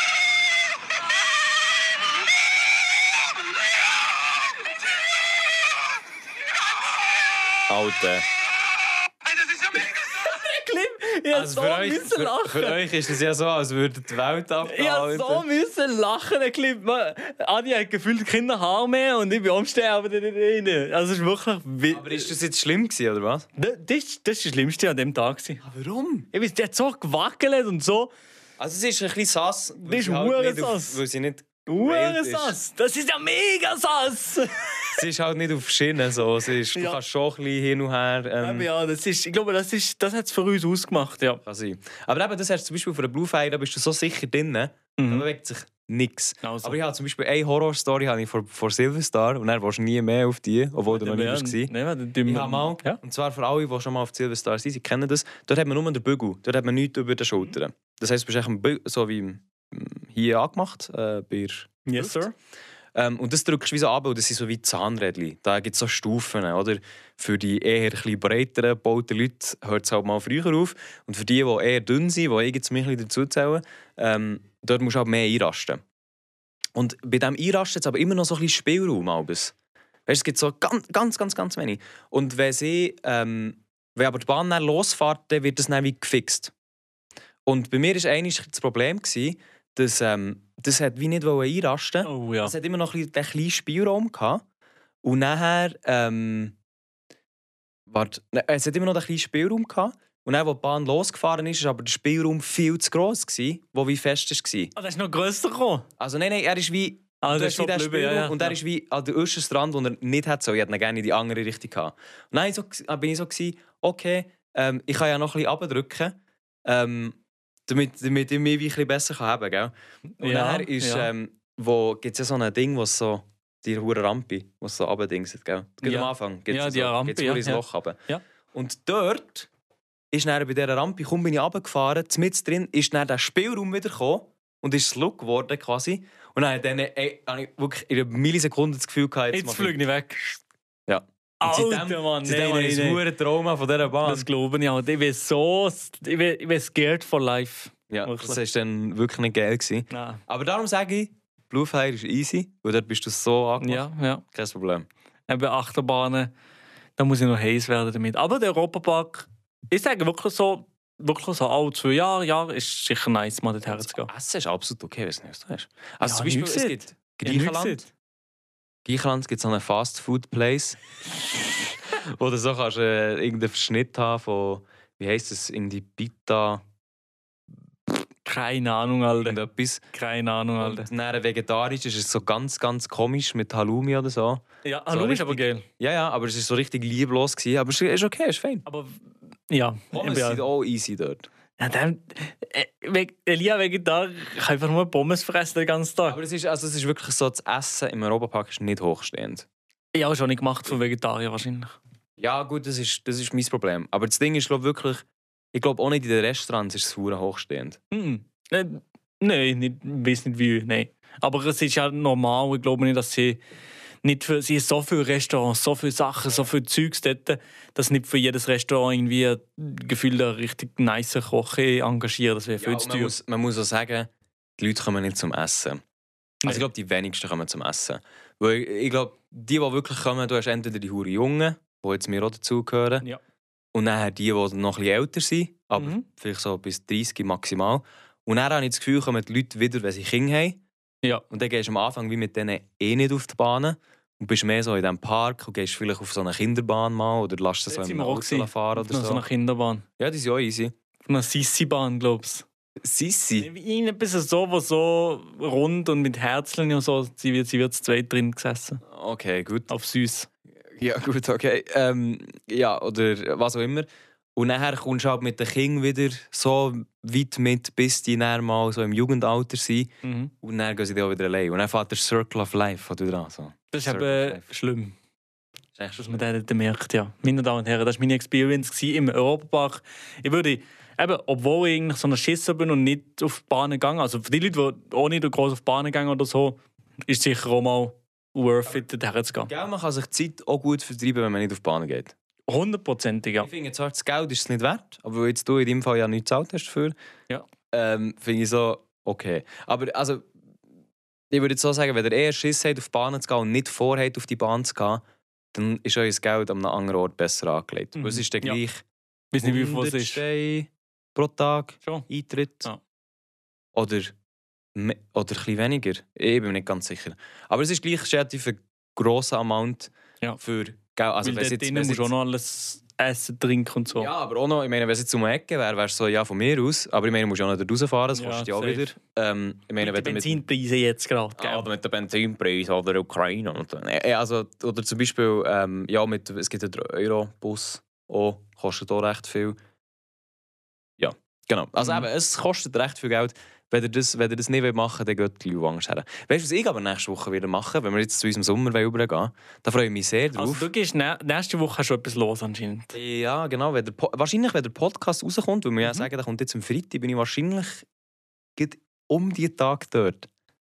C: Alter.
E: Hey, das ist ja mega sass!
D: Clip, ich habe
C: Also
D: so
C: für, euch,
D: müssen
C: für,
D: lachen.
C: für euch ist es ja so, als würde die Welt
D: Ich
C: abgehen.
D: habe so
C: Alter.
D: müssen lachen, der Clip. Man, Adi hat gefühlt keine Haare mehr und ich bin am Sterben da drin. Also es ist wirklich... wi-
C: Aber ist das jetzt schlimm gewesen, oder was?
D: Das, das, ist- das ist das Schlimmste an dem Tag. gewesen.
C: Warum?
D: Ich weiß, der hat so gewackelt und so.
C: Also es ist ein bisschen sass. weil
D: ist
C: sie halt
D: hure
C: nicht auf-
D: sass.
C: Weil sie nicht...
D: Uhren
C: gewählt ist.
D: sass. Das ist ja mega sass.
C: Sie ist halt nicht auf Schienen so. Sie ist, du
D: Ja.
C: kannst schon ein bisschen hin und her... Ähm,
D: Aber ja, das ist, ich glaube, das, ist, das hat es für uns ausgemacht. Ja.
C: Kann sein. Aber eben, das hast du zum Beispiel für eine Blue Fire, da bist du so sicher drin, da bewegt sich nichts.
D: Genau so.
C: Aber ich habe zum Beispiel eine Horror-Story habe ich vor, vor Silverstar und dann warst du nie mehr auf die, obwohl du noch nie warst.
D: Nein, dann tun
C: Ich
D: wir-
C: habe mal,
D: Ja.
C: und zwar für alle, die schon mal auf Silverstar sind, sie kennen das, dort hat man nur den Bügel, dort hat man nichts über den Schultern. Das heisst, du bist echt am Bügel, so wie mm, hier angemacht, äh, bei
D: Yes, sir.
C: ähm, und das drückst du wie so ab und das sind so wie Zahnrädchen. Da gibt es so Stufen, oder? Für die eher ein bisschen breiteren gebauten Leute hört es halt mal früher auf. Und für die, die eher dünn sind, die ich jetzt mich ein bisschen dazu zählen, ähm, dort musst du halt mehr einrasten. Und bei diesem Einrasten ist aber immer noch so ein bisschen Spielraum. Albes. Weißt, es gibt so ganz, ganz, ganz, ganz wenig. Und wenn, sie, ähm, wenn aber die Bahn dann losfährt, dann wird das dann wie gefixt. Und bei mir war eigentlich das Problem, gewesen, dass ähm, das hat wie nicht einrasten wollte.
D: Oh ja.
C: Es hat immer noch ein bisschen den kleinen Spielraum gehabt. Und nachher, ähm, warte, ne, es hat immer noch den kleinen Spielraum gehabt. Und dann, als die Bahn losgefahren ist, war aber der Spielraum viel zu gross, gewesen, wo wie fest war.
D: Ah, das ist noch grösser gekommen.
C: Also nein, nein, er ist wie...
D: Ah,
C: du
D: das
C: hast
D: ist
C: wie
D: schon
C: den
D: geblieben,
C: Spielraum
D: ja, ja.
C: und er ist wie an der äußersten Rand, wo er nicht hat sollen. Ich hätte ihn gerne in die andere Richtung gehabt. Und dann so, bin ich so, gewesen, okay, ähm, ich kann ja noch ein bisschen runterdrücken, ähm, damit, damit ich mich wie ein bisschen besser haben kann. Gell? Und
D: Ja,
C: nachher ist,
D: ja.
C: ähm, wo gibt es ja so ein Ding, was so, die hohe Rampe, was so runterdingset, gell? Gerade
D: Ja.
C: am Anfang gibt's
D: Ja,
C: so,
D: die Rampe,
C: gibt's
D: ja,
C: ins
D: ja.
C: Loch runter.
D: Ja.
C: Und dort ist dann bei dieser Rampe, kaum bin ich runtergefahren, mit drin ist dann der Spielraum wieder gekommen und ist Look geworden quasi. Und dann habe ich, dann, ey, habe ich wirklich in einer Millisekunde das Gefühl gehabt,
D: Jetzt
C: mache
D: fliege ich weg.
C: Ja. Und
D: Alter, Mann,
C: seitdem
D: nein,
C: habe ich
D: nein,
C: ein
D: nein.
C: hohes Trauma von dieser Bahn.
D: Das glaube ich auch. Ich bin so... Ich bin, ich bin scared for life.
C: ja,
D: wirklich.
C: das war dann wirklich nicht geil gewesen.
D: Nein.
C: Aber darum sage ich, Blue Fire ist easy, weil dort bist du so angemacht.
D: Ja, ja.
C: Kein Problem.
D: Eben Achterbahnen, da muss ich noch heiß werden damit. Aber der Europapark, ich sage wirklich so, wirklich so alle zwei Jahre, Jahre ist sicher nice, mal dorthin zu gehen.
C: Essen ist absolut okay, was du nicht hast. Also
D: Ja,
C: zum Beispiel,
D: nichts
C: es
D: gesehen.
C: gibt
D: Ich habe nichts
C: Griechenland.
D: gesehen.
C: Griechenland gibt so einen Fast Food Place, wo du so kannst, äh, irgendeinen Verschnitt haben von wie heisst es, in die Pita,
D: Keine Ahnung, Alter.
C: irgendetwas.
D: Keine Ahnung, Alter.
C: Und dann vegetarisch ist es so ganz, ganz komisch mit Halloumi oder so.
D: Ja,
C: So
D: Halloumi ist
C: richtig-
D: aber geil.
C: Ja, ja, aber es ist so richtig lieblos gewesen. Aber es ist okay, es ist fein.
D: Aber ja,
C: Pommes
D: ja.
C: sind auch easy dort.
D: Ja, dann, äh, Ve- Elia Vegetarier kann einfach nur Pommes fressen den ganzen Tag.
C: Aber es ist, also es ist wirklich so, das Essen im Europapark ist nicht hochstehend.
D: Ja, schon nicht gemacht von Vegetarier wahrscheinlich.
C: Ja, gut, das ist, das ist mein Problem. Aber das Ding ist, glaub, wirklich, ich glaube, auch nicht in den Restaurants ist es verdammt hochstehend.
D: Mhm. Äh, Nein, nicht, ich weiß nicht wie. Nein. Aber es ist ja normal. Ich glaube nicht, dass sie nicht für sie so viele Restaurants, so viele Sachen, so viel Zeugs dort, dass nicht für jedes Restaurant irgendwie ein Gefühl der richtig nice Koch engagieren. Das wäre viel
C: Ja,
D: zu
C: man,
D: teuer.
C: muss, man muss auch sagen, die Leute kommen nicht zum Essen. Also ich glaube, die wenigsten kommen zum Essen. Weil ich, ich glaube, die, die wirklich kommen, du hast entweder die hure Jungen, die jetzt mir auch dazugehören,
D: Ja.
C: und dann die, die noch ein bisschen älter sind, aber
D: Mhm.
C: vielleicht so bis dreißig maximal. Und dann habe ich das Gefühl, kommen die Leute wieder, wenn sie Kinder haben.
D: Ja.
C: Und dann gehst du am Anfang wie mit denen eh nicht auf die Bahn. Und bist mehr so in diesem Park und gehst vielleicht auf so eine Kinderbahn mal oder lässt das so
D: Dort
C: im
D: sind wir auch
C: Auto
D: gewesen.
C: fahren
D: Auf
C: oder
D: so
C: so.
D: einer Kinderbahn.
C: Ja, die sind auch easy.
D: Auf einer Sissi-Bahn, glaubst
C: Sissi?
D: du? Irgendetwas so, wo so rund und mit Herzchen und so. Sie wird, sie wird zu zweit drin gesessen.
C: Okay, gut.
D: Auf süß.
C: Ja, gut, okay. Ähm, ja, oder was auch immer. Und nachher kommst du halt mit den Kindern wieder so weit mit, bis die dann mal so im Jugendalter sind.
D: Mhm.
C: Und dann gehen sie dann auch wieder allein. Und dann fährt der Circle of Life von dran. So.
D: Das ist
C: Circle of
D: eben
C: Life.
D: schlimm.
C: Das ist echt
D: Dass man das nicht merkt, ja. Meine Damen und Herren, das war meine Experience gewesen im Europapark. Ich würde, eben, obwohl ich eigentlich so ein Schisser bin und nicht auf die Bahn gegangen, also für die Leute, die auch nicht groß auf die Bahn gehen oder so, ist es sicher auch mal worth it, dorthin zu gehen.
C: Gell, man kann sich die Zeit auch gut vertreiben, wenn man nicht auf die Bahn geht.
D: Hundertprozentig, ja.
C: Ich finde zwar, das Geld ist es nicht wert, aber weil jetzt du in deinem Fall ja nichts gezahlt hast dafür,
D: Ja.
C: ähm, finde ich so, okay. Aber also, ich würde jetzt so sagen, wenn ihr eher Schiss habt, auf die Bahn zu gehen und nicht vorhabt, auf die Bahn zu gehen, dann ist euer Geld an einem anderen Ort besser angelegt.
D: Mhm.
C: Weil es ist dann
D: Ja.
C: gleich
D: Ich weiß nicht, wie viel es
C: hundert
D: ist.
C: Steine pro Tag
D: Schon.
C: Eintritt.
D: Ja.
C: Oder, me- oder ein bisschen weniger. Ich bin mir nicht ganz sicher. Aber es ist gleich relativ ein grosser Amount
D: Ja.
C: für Geld. Also,
D: Weil
C: wenn's
D: dort
C: jetzt-
D: drinnen
C: wenn's
D: musst du auch
C: jetzt-
D: noch alles essen, trinken und so.
C: Ja, aber auch noch, ich meine, wenn es jetzt um eine Ecke wäre, wärst du so, ja, von mir aus. Aber ich meine, du musst ja auch noch da rausfahren, das
D: Ja,
C: kostet ja auch
D: safe.
C: wieder. Ähm, ich meine,
D: Mit
C: wenn
D: den
C: du mit,
D: Benzinpreisen jetzt gerade,
C: ah, oder
D: gell?
C: mit den Benzinpreis oder Ukraine. Und so. Äh, also, oder zum Beispiel, ähm, ja, mit, es gibt einen drei Euro Bus, auch, kostet auch recht viel. Ja, genau. Also
D: Mhm.
C: eben, es kostet recht viel Geld. Wenn ihr das, wenn ihr das nicht machen wollt, dann geht die Leute woanders her. Weißt du, was ich aber nächste Woche wieder machen, wenn wir jetzt zu unserem Sommer übergehen? Da freue ich mich sehr drauf.
D: Also du gehst nä- nächste Woche schon etwas los anscheinend.
C: Ja, genau. Wenn der po wahrscheinlich, wenn der Podcast rauskommt, weil wir ja
D: Mhm.
C: sagen, der kommt jetzt am Freitag, bin ich wahrscheinlich gerade um die Tag dort.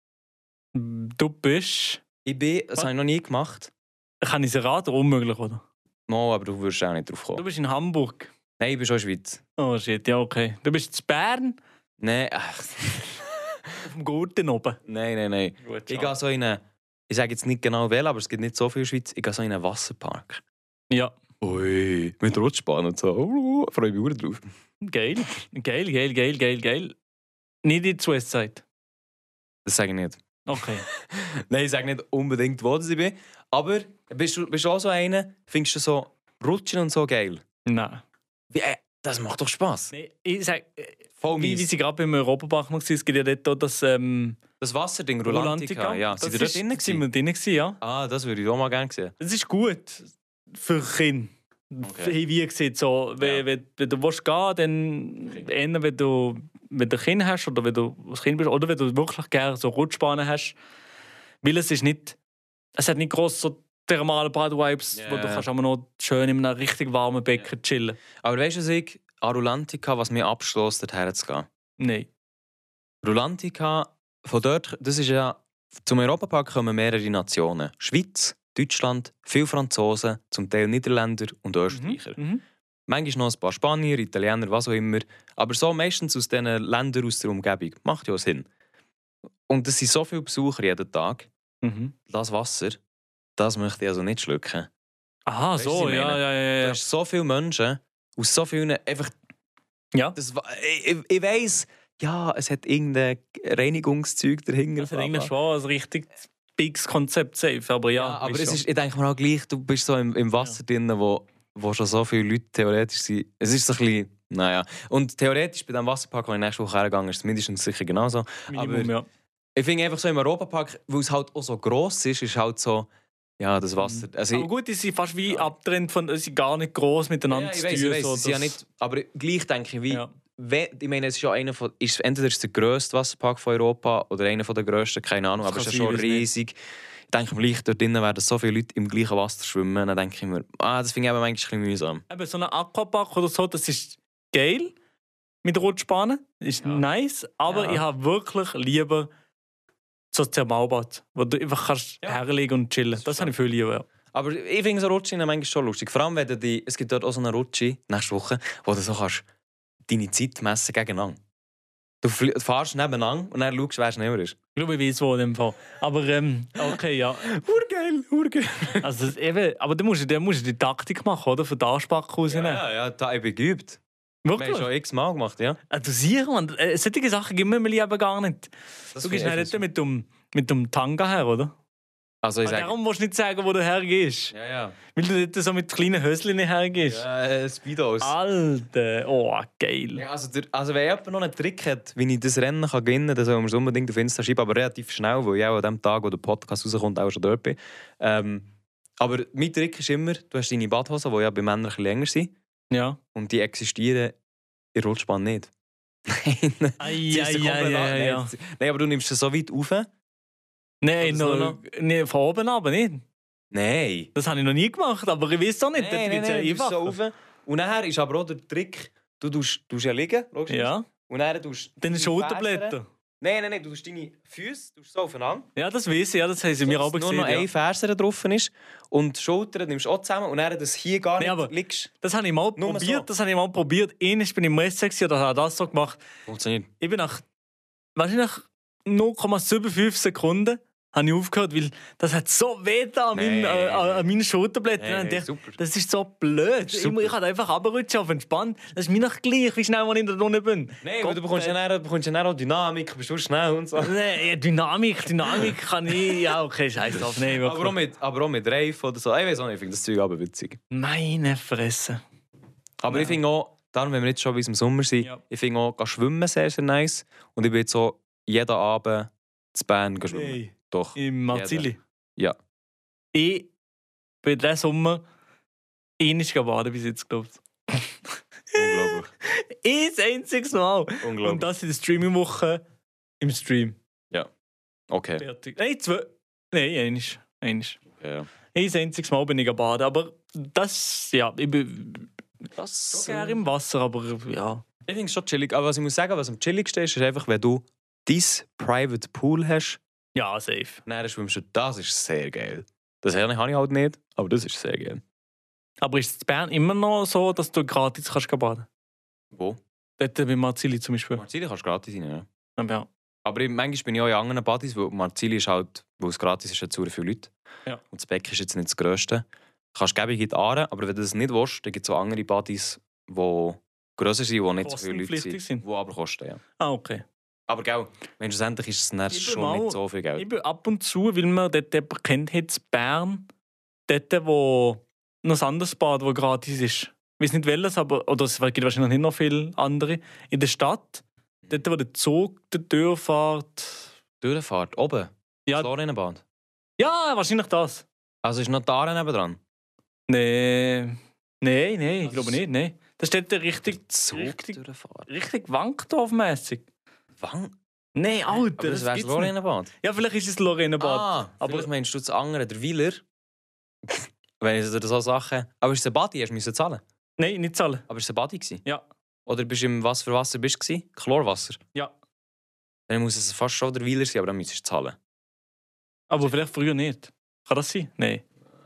D: Du bist...
C: Ich bin, das
D: Was?
C: habe ich noch nie gemacht.
D: Kann ich es erraten? Unmöglich, oder?
C: No, aber du würdest auch nicht drauf
D: Du
C: kommen.
D: bist in Hamburg.
C: Nein, ich bin schon in der Schweiz.
D: Oh shit, ja okay. Du bist in Bern?
C: Nein, ach,
D: Auf dem Gurten oben.
C: nein, nein, nein.
D: Gut,
C: Ich gehe so in einen, ich sage jetzt nicht genau wählen, aber es gibt nicht so viel in der Schweiz. Ich gehe so in einen Wasserpark.
D: Ja.
C: Ui, mit Rutschbahn und so. Uh, freue ich mich auch drauf.
D: Geil. Geil, geil, geil, geil, geil. Nicht in die Westside.
C: Das sage ich nicht.
D: Okay.
C: Nein, ich sage nicht unbedingt, wo ich bin. Aber bist du, bist du auch so einer, findest du so Rutschen und so geil?
D: Nein.
C: Wie, äh, das macht doch Spass.
D: Nee, ich sag, äh,
C: Voll
D: wie, wie
C: mies.
D: sie gerade beim Europapark war, es gibt ja dort auch das ähm,
C: Das Wasserding, Rolantica. Ja,
D: das
C: sind wir dort
D: ist-
C: drinnen
D: sind wir
C: gewesen?
D: drin gewesen, ja.
C: Ah, das würde ich auch mal gerne sehen.
D: Das ist gut für Kinder.
C: Okay.
D: Wie gesagt, so, wenn,
C: Ja.
D: wenn, wenn du willst gehen, dann eher, wenn du, wenn du ein Kind hast oder wenn du ein Kind bist oder wenn du wirklich gerne so Rutschbahnen hast. Weil es ist nicht, es hat nicht gross so thermale Bad-Vibes,
C: Ja.
D: wo du kannst aber noch schön in einem richtig warmen Becken chillen.
C: Aber weißt du, was ich an Rolantica, was mir abschloss, dorthin zu gehen?
D: Nein.
C: Rolantica, von dort, das ist ja, zum Europapark kommen mehrere Nationen. Schweiz, Deutschland, viele Franzosen, zum Teil Niederländer und Österreicher.
D: Mhm.
C: Manchmal noch ein paar Spanier, Italiener, was auch immer. Aber so meistens aus diesen Ländern aus der Umgebung. Macht ja auch Sinn. Und es sind so viele Besucher jeden Tag.
D: Mhm.
C: Das Wasser, das möchte ich also nicht schlucken.
D: Aha,
C: Weißt du,
D: so,
C: was ich
D: ja,
C: meine?
D: ja, ja,
C: Du
D: ja.
C: hast so viele Menschen aus so vielen. Einfach,
D: Ja,
C: das, wa- ich ich, ich weiss, ja, es hat irgendein Reinigungszeug dahinter.
D: das hat
C: bla, bla.
D: eigentlich schon ein richtig biges Konzept, safe, aber ja.
C: Ja, aber
D: ist
C: es
D: schon.
C: ist, ich denke mir auch gleich, du bist so im, im Wasser drin, wo, wo schon so viele Leute theoretisch sind. Es ist so ein bisschen naja. Und theoretisch bei diesem Wasserpark, wo ich nächste Woche hergegangen ist es mindestens sicher genauso.
D: Minimum,
C: Aber
D: ja.
C: ich finde einfach so im Europapark, weil es halt auch so gross ist, ist halt so, ja, das Wasser. Also,
D: Aber gut, die sind fast wie abgetrennt von, sie sind gar nicht gross miteinander
C: ja, ich
D: zu
C: weiss,
D: tun.
C: ich weiss,
D: so,
C: sie sind ja
D: dass-
C: nicht, aber gleich denke ich, wie,
D: Ja.
C: wenn, ich meine, es ist ja einer von, ist, entweder ist es der grösste Wasserpark von Europa oder einer von der grössten, keine Ahnung,
D: Das
C: aber es
D: kann
C: ist ja
D: sein,
C: schon
D: weiss nicht.
C: riesig. Ich denke, vielleicht dort drinnen werden so viele Leute im gleichen Wasser schwimmen, dann denke ich mir, ah, das finde ich eben manchmal ein bisschen mühsam.
D: Eben so ein Aquapark oder so, das ist geil mit Rutschbahnen, ist
C: Ja.
D: nice, aber
C: Ja.
D: ich habe wirklich lieber so ein Thermalbad, wo du einfach kannst
C: Ja.
D: herlegen und chillen. Das,
C: ist
D: habe ich viel lieber. Ja.
C: Aber ich finde so Rutschen manchmal schon lustig. Vor allem, wenn du die, es gibt dort auch so eine Rutsche, nächste Woche, wo du so kannst deine Zeit messen gegeneinander. Du fl- fahrst nebeneinander und dann schaust, wer schneller ist.
D: Ich glaube, ich weiß wo in dem Fall. Aber ähm, okay, ja.
C: Urgeil, urgeil.
D: Also, das eben, aber du musst, du musst die Taktik machen, oder? Für die Ansprache rausnehmen.
C: Ja, ja, da ich bin geübt. Wir haben
D: Wirklich?
C: schon x-mal gemacht, ja.
D: Ah, du siehst, man, äh, solche Sachen gibt mir lieber gar nicht.
C: Das
D: Du
C: finde
D: gehst
C: ich
D: halt
C: einfach
D: nicht mit dem, mit dem Tanga her, oder?
C: Also ich
D: Ah,
C: sage...
D: darum musst du nicht sagen, wo du hergehst.
C: Ja, ja.
D: Weil du nicht so mit kleinen Höschen hergehst.
C: Ja, äh, Speedos.
D: Alter, oh, geil.
C: Ja, also, der, also wenn jemand noch einen Trick hat, wie ich das Rennen kann gewinnen kann, dann soll man es unbedingt auf Insta schreiben, aber relativ schnell, weil ich auch an dem Tag, wo der Podcast rauskommt, auch schon dort bin. Ähm, aber mein Trick ist immer, du hast deine Badhosen, die ja bei Männern ein bisschen länger sind,
D: Ja.
C: und die existieren in der Rutschbahn nicht. Nein,
D: Ei,
C: ziehst
D: ei,
C: du
D: ei,
C: komplett an.
D: ei,
C: Nein,
D: ja.
C: das- Nein, aber du nimmst sie so weit rauf.
D: Nein,
C: Oder so
D: noch, nee, von oben aber nicht.
C: Nein.
D: Das habe ich noch nie gemacht, aber ich weiß auch nicht.
C: Nein,
D: Dort
C: nein,
D: wird's ja
C: nein, du tust so
D: einfacher.
C: rauf. Und nachher ist aber auch der Trick, du tust, tust ja liegen, logisch.
D: Ja,
C: Und dann tust du
D: dann
C: deine
D: Schulterblätter.
C: Fersen- Nein, nein, nein, du tust deine Füße tust so aufeinander.
D: Ja, das weiß ich, ja, das haben sie mir
C: dass
D: aber
C: nur
D: gesehen.
C: noch
D: Ja.
C: eine Ferse drauf ist. Und die Schultern nimmst du auch zusammen und dann, dass hier gar
D: Nee,
C: nicht
D: aber-
C: liegst.
D: Das habe ich mal
C: Nur
D: probiert,
C: so.
D: das habe ich mal probiert. Einmal bin ich im Messe gewesen, oder habe das so gemacht.
C: Funktioniert.
D: Ich bin nach, wahrscheinlich null Komma fünfundsiebzig Sekunden habe ich aufgehört, weil das hat so weh da an, meinen,
C: Nee.
D: äh, an an meinen Schulterblättern.
C: Hey,
D: Und
C: hey,
D: ich dachte,
C: super.
D: das ist so blöd. Ich,
C: Super.
D: ich kann einfach runterrutschen auf entspannt. Das ist mir noch gleich, wie schnell ich da unten bin.
C: Nein, weil du bekommst ja dann, bekommst ja dann auch Dynamik, bist du schnell und so.
D: Nee, ja, Dynamik, Dynamik kann ich. Ja, okay, scheiß drauf. Nein, wirklich.
C: Aber auch mit, aber auch mit Reif oder so. Ich weiß auch nicht, ich finde das Zeug aber witzig.
D: Meine Fresse.
C: Aber
D: Ja.
C: ich finde auch, darum, wenn wir jetzt schon bis im Sommer sind,
D: Ja.
C: ich finde auch, gehen schwimmen sehr, sehr nice. Und ich bin jetzt so jeden Abend zu Bern gehen schwimmen.
D: Nein.
C: Doch.
D: Im Marzili.
C: Ja.
D: Ich bin diesen Sommer ähnlich gebadet bis jetzt, glaube ich.
C: Unglaublich.
D: Ein einziges Mal.
C: Unglaublich.
D: Und das in der Streaming-Woche im Stream.
C: Okay.
D: Fertig. Nein, zwei. Nein, einisch. Einisch.
C: Ja.
D: Ein einziges Mal bin ich gebadet. Aber das, ja, ich bin
C: Das,
D: schon gerne im Wasser, aber ja.
C: Ich finde es schon chillig. Aber was ich muss sagen, was am chilligsten ist, ist einfach, wenn du dein Private Pool hast,
D: Ja, safe.
C: dann schwimmst du. Das ist sehr geil. Das habe ich halt nicht, aber das ist sehr geil.
D: Aber ist es in Bern immer noch so, dass du gratis kannst gehen baden?
C: Wo?
D: Dort bei Marzili zum Beispiel.
C: Marzili kannst du gratis rein, ja.
D: Aber ja.
C: Aber ich, manchmal bin ich auch in anderen Partys, weil Marzili ist halt, weil es gratis ist, hat zu viele Leute.
D: Ja.
C: Und das Becken ist jetzt nicht das Grösste. Du kannst gäbig in die Aare, aber wenn du das nicht willst, dann gibt es auch andere Partys, die grösser sind, wo nicht so viele Leute
D: Kostenpflichtig
C: sind,
D: sind.
C: die aber kosten, ja.
D: Ah, okay.
C: Aber gell, wenn schlussendlich ist es dann
D: Ich bin
C: schon
D: mal-
C: nicht so viel Geld.
D: Ich bin ab und zu, weil man dort jemanden kennt, hat in Bern, dort, wo noch ein anderes Bad, das gratis ist. Ich weiß nicht welches, aber oder es gibt wahrscheinlich nicht noch viele andere. In der Stadt, dort, wo der Zug der Tür fährt.
C: Durchfahrt, oben,
D: Ja.
C: das Florienbad.
D: Ja, wahrscheinlich das.
C: Also ist noch die Aare nebendran.
D: Nee. Nein, nein, ich
C: Das
D: glaube
C: ist-
D: nicht. Nein. Das steht der richtig,
C: Zug
D: richtig,
C: Durchfahrt.
D: richtig Wankdorf-mässig.
C: Wann?
D: Nein, Alter.
C: Aber das wäre
D: gibt's
C: das
D: nicht.
C: Florienbad.
D: Ja, vielleicht ist es Lorrainebad.
C: Ah,
D: aber-
C: vielleicht meinst du das andere, der Wieler. Wenn ich dir so Sachen... Aber ist es ein Badi? Hast du müssen zahlen?
D: Nein, nicht zahlen.
C: Aber ist es ein Badi gewesen?
D: Ja.
C: Oder bist du im was für Wasser bist du gewesen? Chlorwasser?
D: Ja.
C: Dann muss es fast schon der Wieler sein, aber dann müsstest du zahlen.
D: Aber vielleicht früher nicht. Kann das sein? Nein.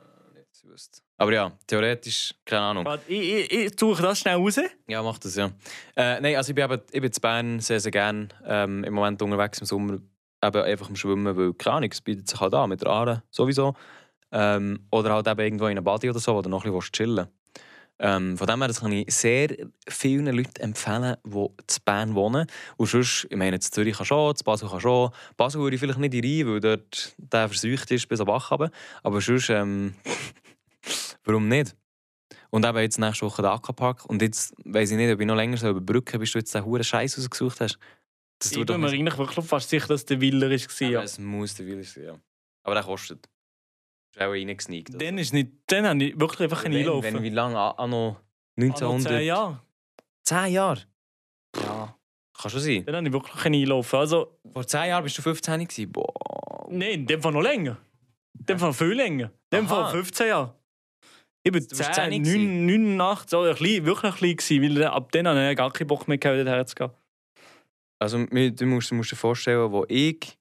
C: Aber ja, theoretisch, keine Ahnung.
D: Warte, ich, ich, ich suche das schnell raus.
C: Ja, mach das, ja. Äh, nein, also ich bin, eben, ich bin in Bern sehr, sehr gerne ähm, im Moment unterwegs im Sommer. Eben einfach am Schwimmen, weil, keine Ahnung, es bietet sich halt an mit der Aare, sowieso. Ähm, oder halt eben irgendwo in einem Badi oder so, wo du noch ein bisschen chillen willst. Ähm, von dem her, das kann ich sehr vielen Leuten empfehlen, die in Bern wohnen. Und sonst, ich meine, in Zürich kann schon, in Basel kann schon. Basel würde ich vielleicht nicht rein, weil dort der verseucht ist bis am Bach runter. Aber sonst, ähm, warum nicht? Und eben jetzt nächste Woche der Aquapark. Und jetzt weiss ich nicht, ob ich noch länger so überbrücken, bis du jetzt den huren Scheiß rausgesucht hast. Das
D: Ich bin mir eigentlich wirklich fast sicher, dass der Willer war. Ja.
C: Es muss der Willer sein, ja. Aber der kostet. Du hast auch reingesneakt. Also.
D: Dann ist nicht, dann habe ich wirklich einfach
C: wenn,
D: einlaufen.
C: wenn, wie lange? An- Anno
D: Ah,
C: neunzehnhundert?
D: noch zehn Jahre.
C: Zehn Jahre?
D: Ja.
C: Kann schon sein.
D: Dann habe ich wirklich einlaufen. Also,
C: Vor zehn Jahren bist du fünfzehn gewesen. Boah.
D: nein, in dem Fall noch länger. In dem Fall viel länger. In dem
C: Aha.
D: Fall fünfzehn Jahre. Ich bin
C: Du bist
D: zehn,
C: zehn
D: neun, neun, acht, so ein klein, wirklich ein klein gewesen, weil ab dann habe ich gar keinen Bock mehr gehabt, dorthin zu gehen.
C: Also mir- du musst, du musst dir vorstellen, wo ich...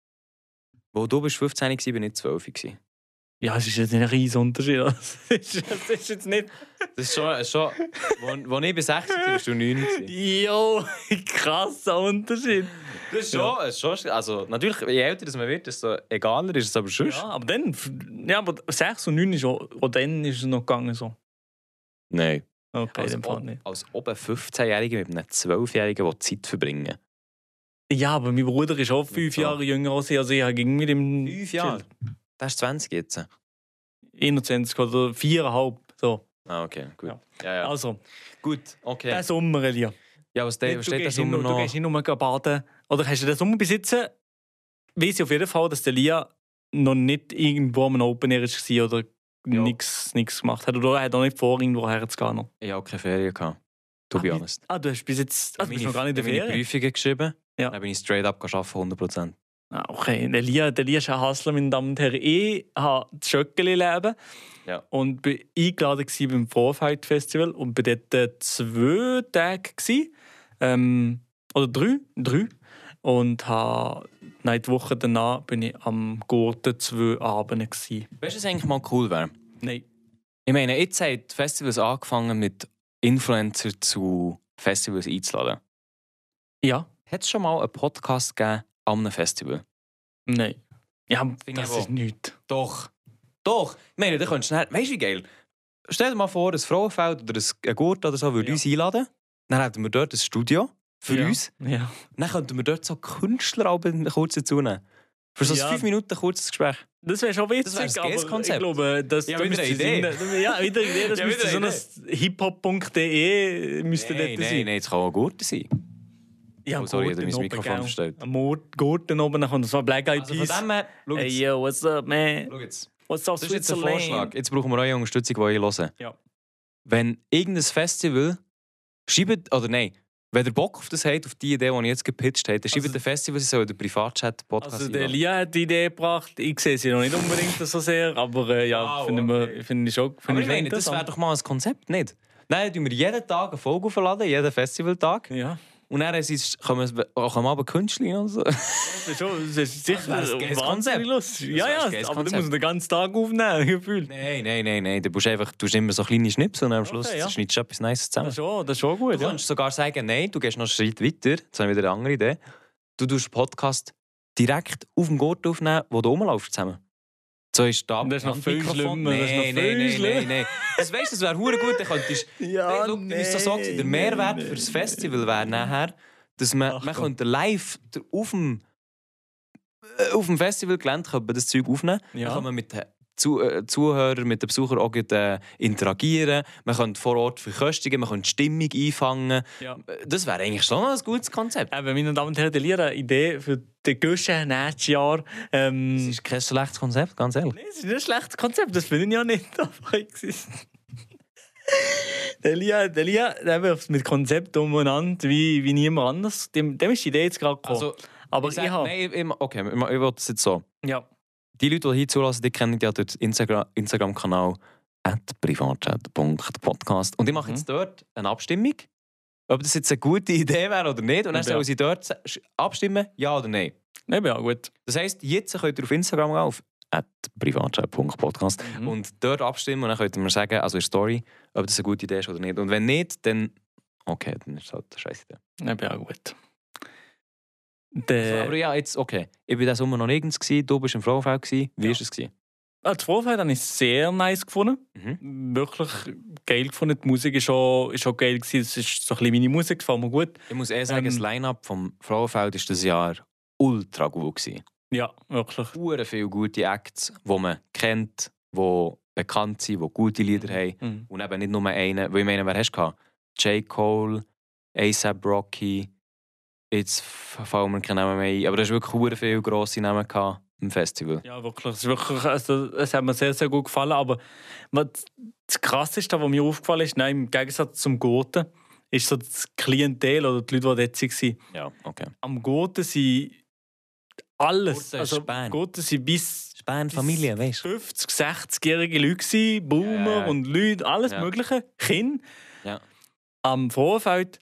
C: Wo du bist fünfzehn gewesen, bin ich zwölf gewesen.
D: Ja, es ist jetzt nicht ein riesen Unterschied. Das ist, das ist jetzt nicht...
C: Das ist schon... schon wo, wo ich bis sechzehn war, bist du neun gewesen.
D: Jo, krasser Unterschied.
C: Das ist schon... es ist schon also natürlich, je älter das man wird, desto egaler ist es aber schon.
D: Ja, aber dann... Ja, aber sechs und neun ist auch... Auch dann ist es noch gegangen so.
C: Nein.
D: Okay,
C: Als
D: in dem Fall
C: ob,
D: nicht.
C: als ob ein fünfzehnjähriger mit einem zwölfjährigen Zeit verbringen.
D: Ja, aber mein Bruder ist auch fünf
C: so.
D: Jahre jünger als ich. Also ich habe gegen mit ihm...
C: Fünf Jahre? Der ist zwanzig jetzt.
D: einundzwanzig oder viereinhalb. So.
C: Ah, okay, gut.
D: Ja.
C: Ja, ja.
D: Also,
C: Gut, okay.
D: der Sommer, Elia.
C: Ja, was, der,
D: Du
C: was steht der
D: gehst nicht
C: Sommer
D: nur- Du
C: noch?
D: gehst nicht nur baden. Oder hast du den Sommer besitzen? Weiss ich auf jeden Fall, dass der Lia noch nicht irgendwo am Open Air war oder
C: Ja.
D: nichts gemacht hat. Oder er hat auch nicht vor, irgendwo herzugehen. noch.
C: Ich habe keine Ferien gehabt. To
D: Ah,
C: be
D: wie-
C: honest.
D: Ah, du hast bis jetzt... Ah, du bist noch gar nicht in der
C: Ich habe meine
D: Ferien?
C: Prüfungen geschrieben.
D: Ja.
C: Dann bin ich straight up arbeiten, hundert Prozent.
D: Ah, okay, der Lia, der Lia ist ein Hustler, meine Damen und Herren. Ich habe das Schöckeli-Leben
C: Ja.
D: und bin eingeladen gewesen beim Vorfight Festival und bin dort äh, zwei Tage gewesen, ähm, oder drei, drei und habe nein, die Woche danach bin ich am Gurten zwei Abende gewesen.
C: Weißt du, was eigentlich mal cool wäre?
D: Nein.
C: Ich meine, jetzt haben die Festivals angefangen, mit Influencer zu Festivals einzuladen.
D: Ja?
C: Hat es schon mal einen Podcast gegeben an einem Festival?
D: Nein. Ja,
C: ich
D: das
C: auch.
D: ist nichts.
C: Doch. Doch. Ich meine, da könntest du schnell... Weißt du, wie geil? Stell dir mal vor, ein Frauenfeld oder ein Gurt oder so würde
D: Ja.
C: uns einladen. Dann hätten wir dort ein Studio für
D: ja.
C: uns.
D: Ja.
C: Dann könnten wir dort so Künstleralben kurz dazu nehmen. Für so ein
D: Ja.
C: fünf Minuten kurzes Gespräch.
D: Das wäre schon witzig,
C: Das wäre ein
D: aber
C: geiles
D: ich
C: Konzept.
D: glaube, das
C: Ja,
D: da
C: wieder eine
D: müsste
C: Idee.
D: sein- Ja, wieder eine Idee. Das
C: Ja,
D: müsste so
C: wieder
D: ein hiphop punkt de müsste
C: Nein,
D: dort
C: nein,
D: sein.
C: nein, es kann auch gut sein.
D: Ja,
C: Oh, sorry,
D: Gurten
C: ich habe mein
D: oben,
C: Mikrofon
D: gell.
C: verstellt.
D: Am Mord- Gurten oben, dann kommt so ein Black Eyed
C: Also von
D: Peas.
C: dem her, schau
D: Hey
C: jetzt.
D: yo, what's up, man?
C: Schau jetzt.
D: What's up,
C: Das ist jetzt ein
D: Switzerland?
C: Vorschlag. Jetzt brauchen wir eure Unterstützung, die ihr hören.
D: Ja.
C: Wenn irgendein Festival schreibt, oder nein, wenn ihr Bock auf das habt, auf die Idee, die ich jetzt gepitcht habe, dann schreibt
D: Also-
C: der Festival, sie sollen den Privatchat-Podcast
D: Also der
C: einladen.
D: Lia hat die Idee gebracht. Ich sehe sie noch nicht unbedingt so sehr, aber äh, ja,
C: Wow,
D: finde
C: okay.
D: wir- finde ich schon,
C: Aber
D: finde
C: ich
D: ich schon
C: meine, das wäre
D: interessant.
C: doch mal ein Konzept, nicht? Nein, tun wir jeden Tag eine Folge aufladen, jeden Festivaltag.
D: Ja,
C: Und dann ist- kommen wir kommen aber Künstler und so.
D: das ist, schon, das ist sicher
C: wäre ein geiles
D: wahnsinnig
C: Konzept.
D: lustig.
C: Das
D: Ja,
C: wäre ein
D: ja,
C: geiles
D: aber du
C: Konzept.
D: musst den ganzen Tag aufnehmen, gefühlt.
C: Nein, nein, nein, nein. Du musst einfach, du hast immer so kleine Schnipsel und am Schluss
D: Okay, ja.
C: schneidest du etwas Nices zusammen.
D: Das ist schon, das ist schon gut,
C: Du
D: ja.
C: kannst sogar sagen, nein, du gehst noch einen Schritt weiter. Das habe ich wieder eine andere Idee. Du tust den Podcast direkt auf dem Gurt aufnehmen, wo du rumlaufst zusammen. So ist da
D: Das ist noch viel
C: Handmikrofon.
D: schlimmer, das ist noch
C: Nein,
D: viel
C: nein, nein,
D: schlimmer.
C: nein, nein. Das weißt du, das wäre hure gut. Dann könntest
D: Ja,
C: Hey, schau, wie es so sagt, der Mehrwert für das Festival wäre nachher, dass man,
D: Ach
C: man
D: Gott.
C: könnte live der- auf dem, äh, auf dem Festivalgelände könnte man das Zeug aufnehmen.
D: Ja.
C: Dann kann man mit den Zu äh, Zuhörern, mit den Besuchern auch gleich, äh, interagieren. Man könnte vor Ort verköstigen, man könnte die Stimmung einfangen.
D: Ja.
C: Äh, Das wäre eigentlich schon ein gutes Konzept.
D: Eben, meine Damen und Herren, der Lia hat eine Idee für den Guschen nächstes Jahr. Ähm,
C: Das ist kein schlechtes Konzept, ganz ehrlich.
D: Nee, es ist ein schlechtes Konzept, das finde ich ja nicht. Aber der Lia, der Lia der wirft mit Konzept umeinander wie, wie niemand anders. Dem, dem ist die Idee jetzt gerade gekommen.
C: Also,
D: aber
C: ich
D: ich,
C: sag,
D: habe...
C: nein, ich, okay, ich, ich will das jetzt so.
D: Ja.
C: Die Leute, die hier zulassen, die kennen ja den Instagram- Instagram-Kanal at privatchat punkt podcast. Und ich mache
D: Mhm.
C: jetzt dort eine Abstimmung, ob das jetzt eine gute Idee wäre oder nicht. Und dann
D: Ja.
C: sollen sie dort sa- sch- abstimmen, ja oder nein.
D: Eben, ja, gut.
C: Das heisst, jetzt könnt ihr auf Instagram gehen, auf at privatchat punkt podcast
D: Mhm.
C: und dort abstimmen und dann könnt ihr mir sagen, also in der Story, ob das eine gute Idee ist oder nicht. Und wenn nicht, dann okay, dann ist es halt eine scheiß Idee.
D: Eben, ja, gut.
C: So,
D: Der,
C: aber ja, jetzt, okay. Ich war diesen Sommer noch nirgends, gewesen, du warst im Frauenfeld. gewesen. Wie
D: Ja.
C: war es? gewesen?
D: ah, die Vorfreude habe ich sehr nice gefunden.
C: Mhm.
D: Wirklich geil gefunden. Die Musik ist schon, ist schon geil gewesen. Es ist so ein bisschen meine Musik, gefällt mir gut.
C: Ich muss eher sagen,
D: Ähm,
C: das Line-Up vom Frauenfeld war dieses Jahr ultra gut gewesen.
D: Ja, wirklich.
C: Hure viele gute Acts, die man kennt, die bekannt sind, die gute Lieder haben.
D: Mhm.
C: Und eben nicht nur einen, weil ich meine, wer hast du gehabt? J. Cole, A$AP Rocky, jetzt fallen mir keine Namen mehr ein, aber da hast wirklich sehr viele grosse Namen gehabt im Festival.
D: Ja, wirklich. Es, ist wirklich also, es hat mir sehr, sehr gut gefallen. Aber was das Krasseste, was mir aufgefallen ist, nein, im Gegensatz zum Gurten, ist so das Klientel oder die Leute, die dort waren.
C: Ja, okay.
D: Am Gurten sind alles.
C: Gurten ist
D: Also,
C: Span.
D: Gurten sind bis
C: Span-Familie, weißt du?
D: fünfzig-, sechzigjährige Leute gewesen, Boomer
C: Ja.
D: und Leute, alles
C: Ja.
D: Mögliche. Kinder.
C: Ja.
D: Am Frauenfeld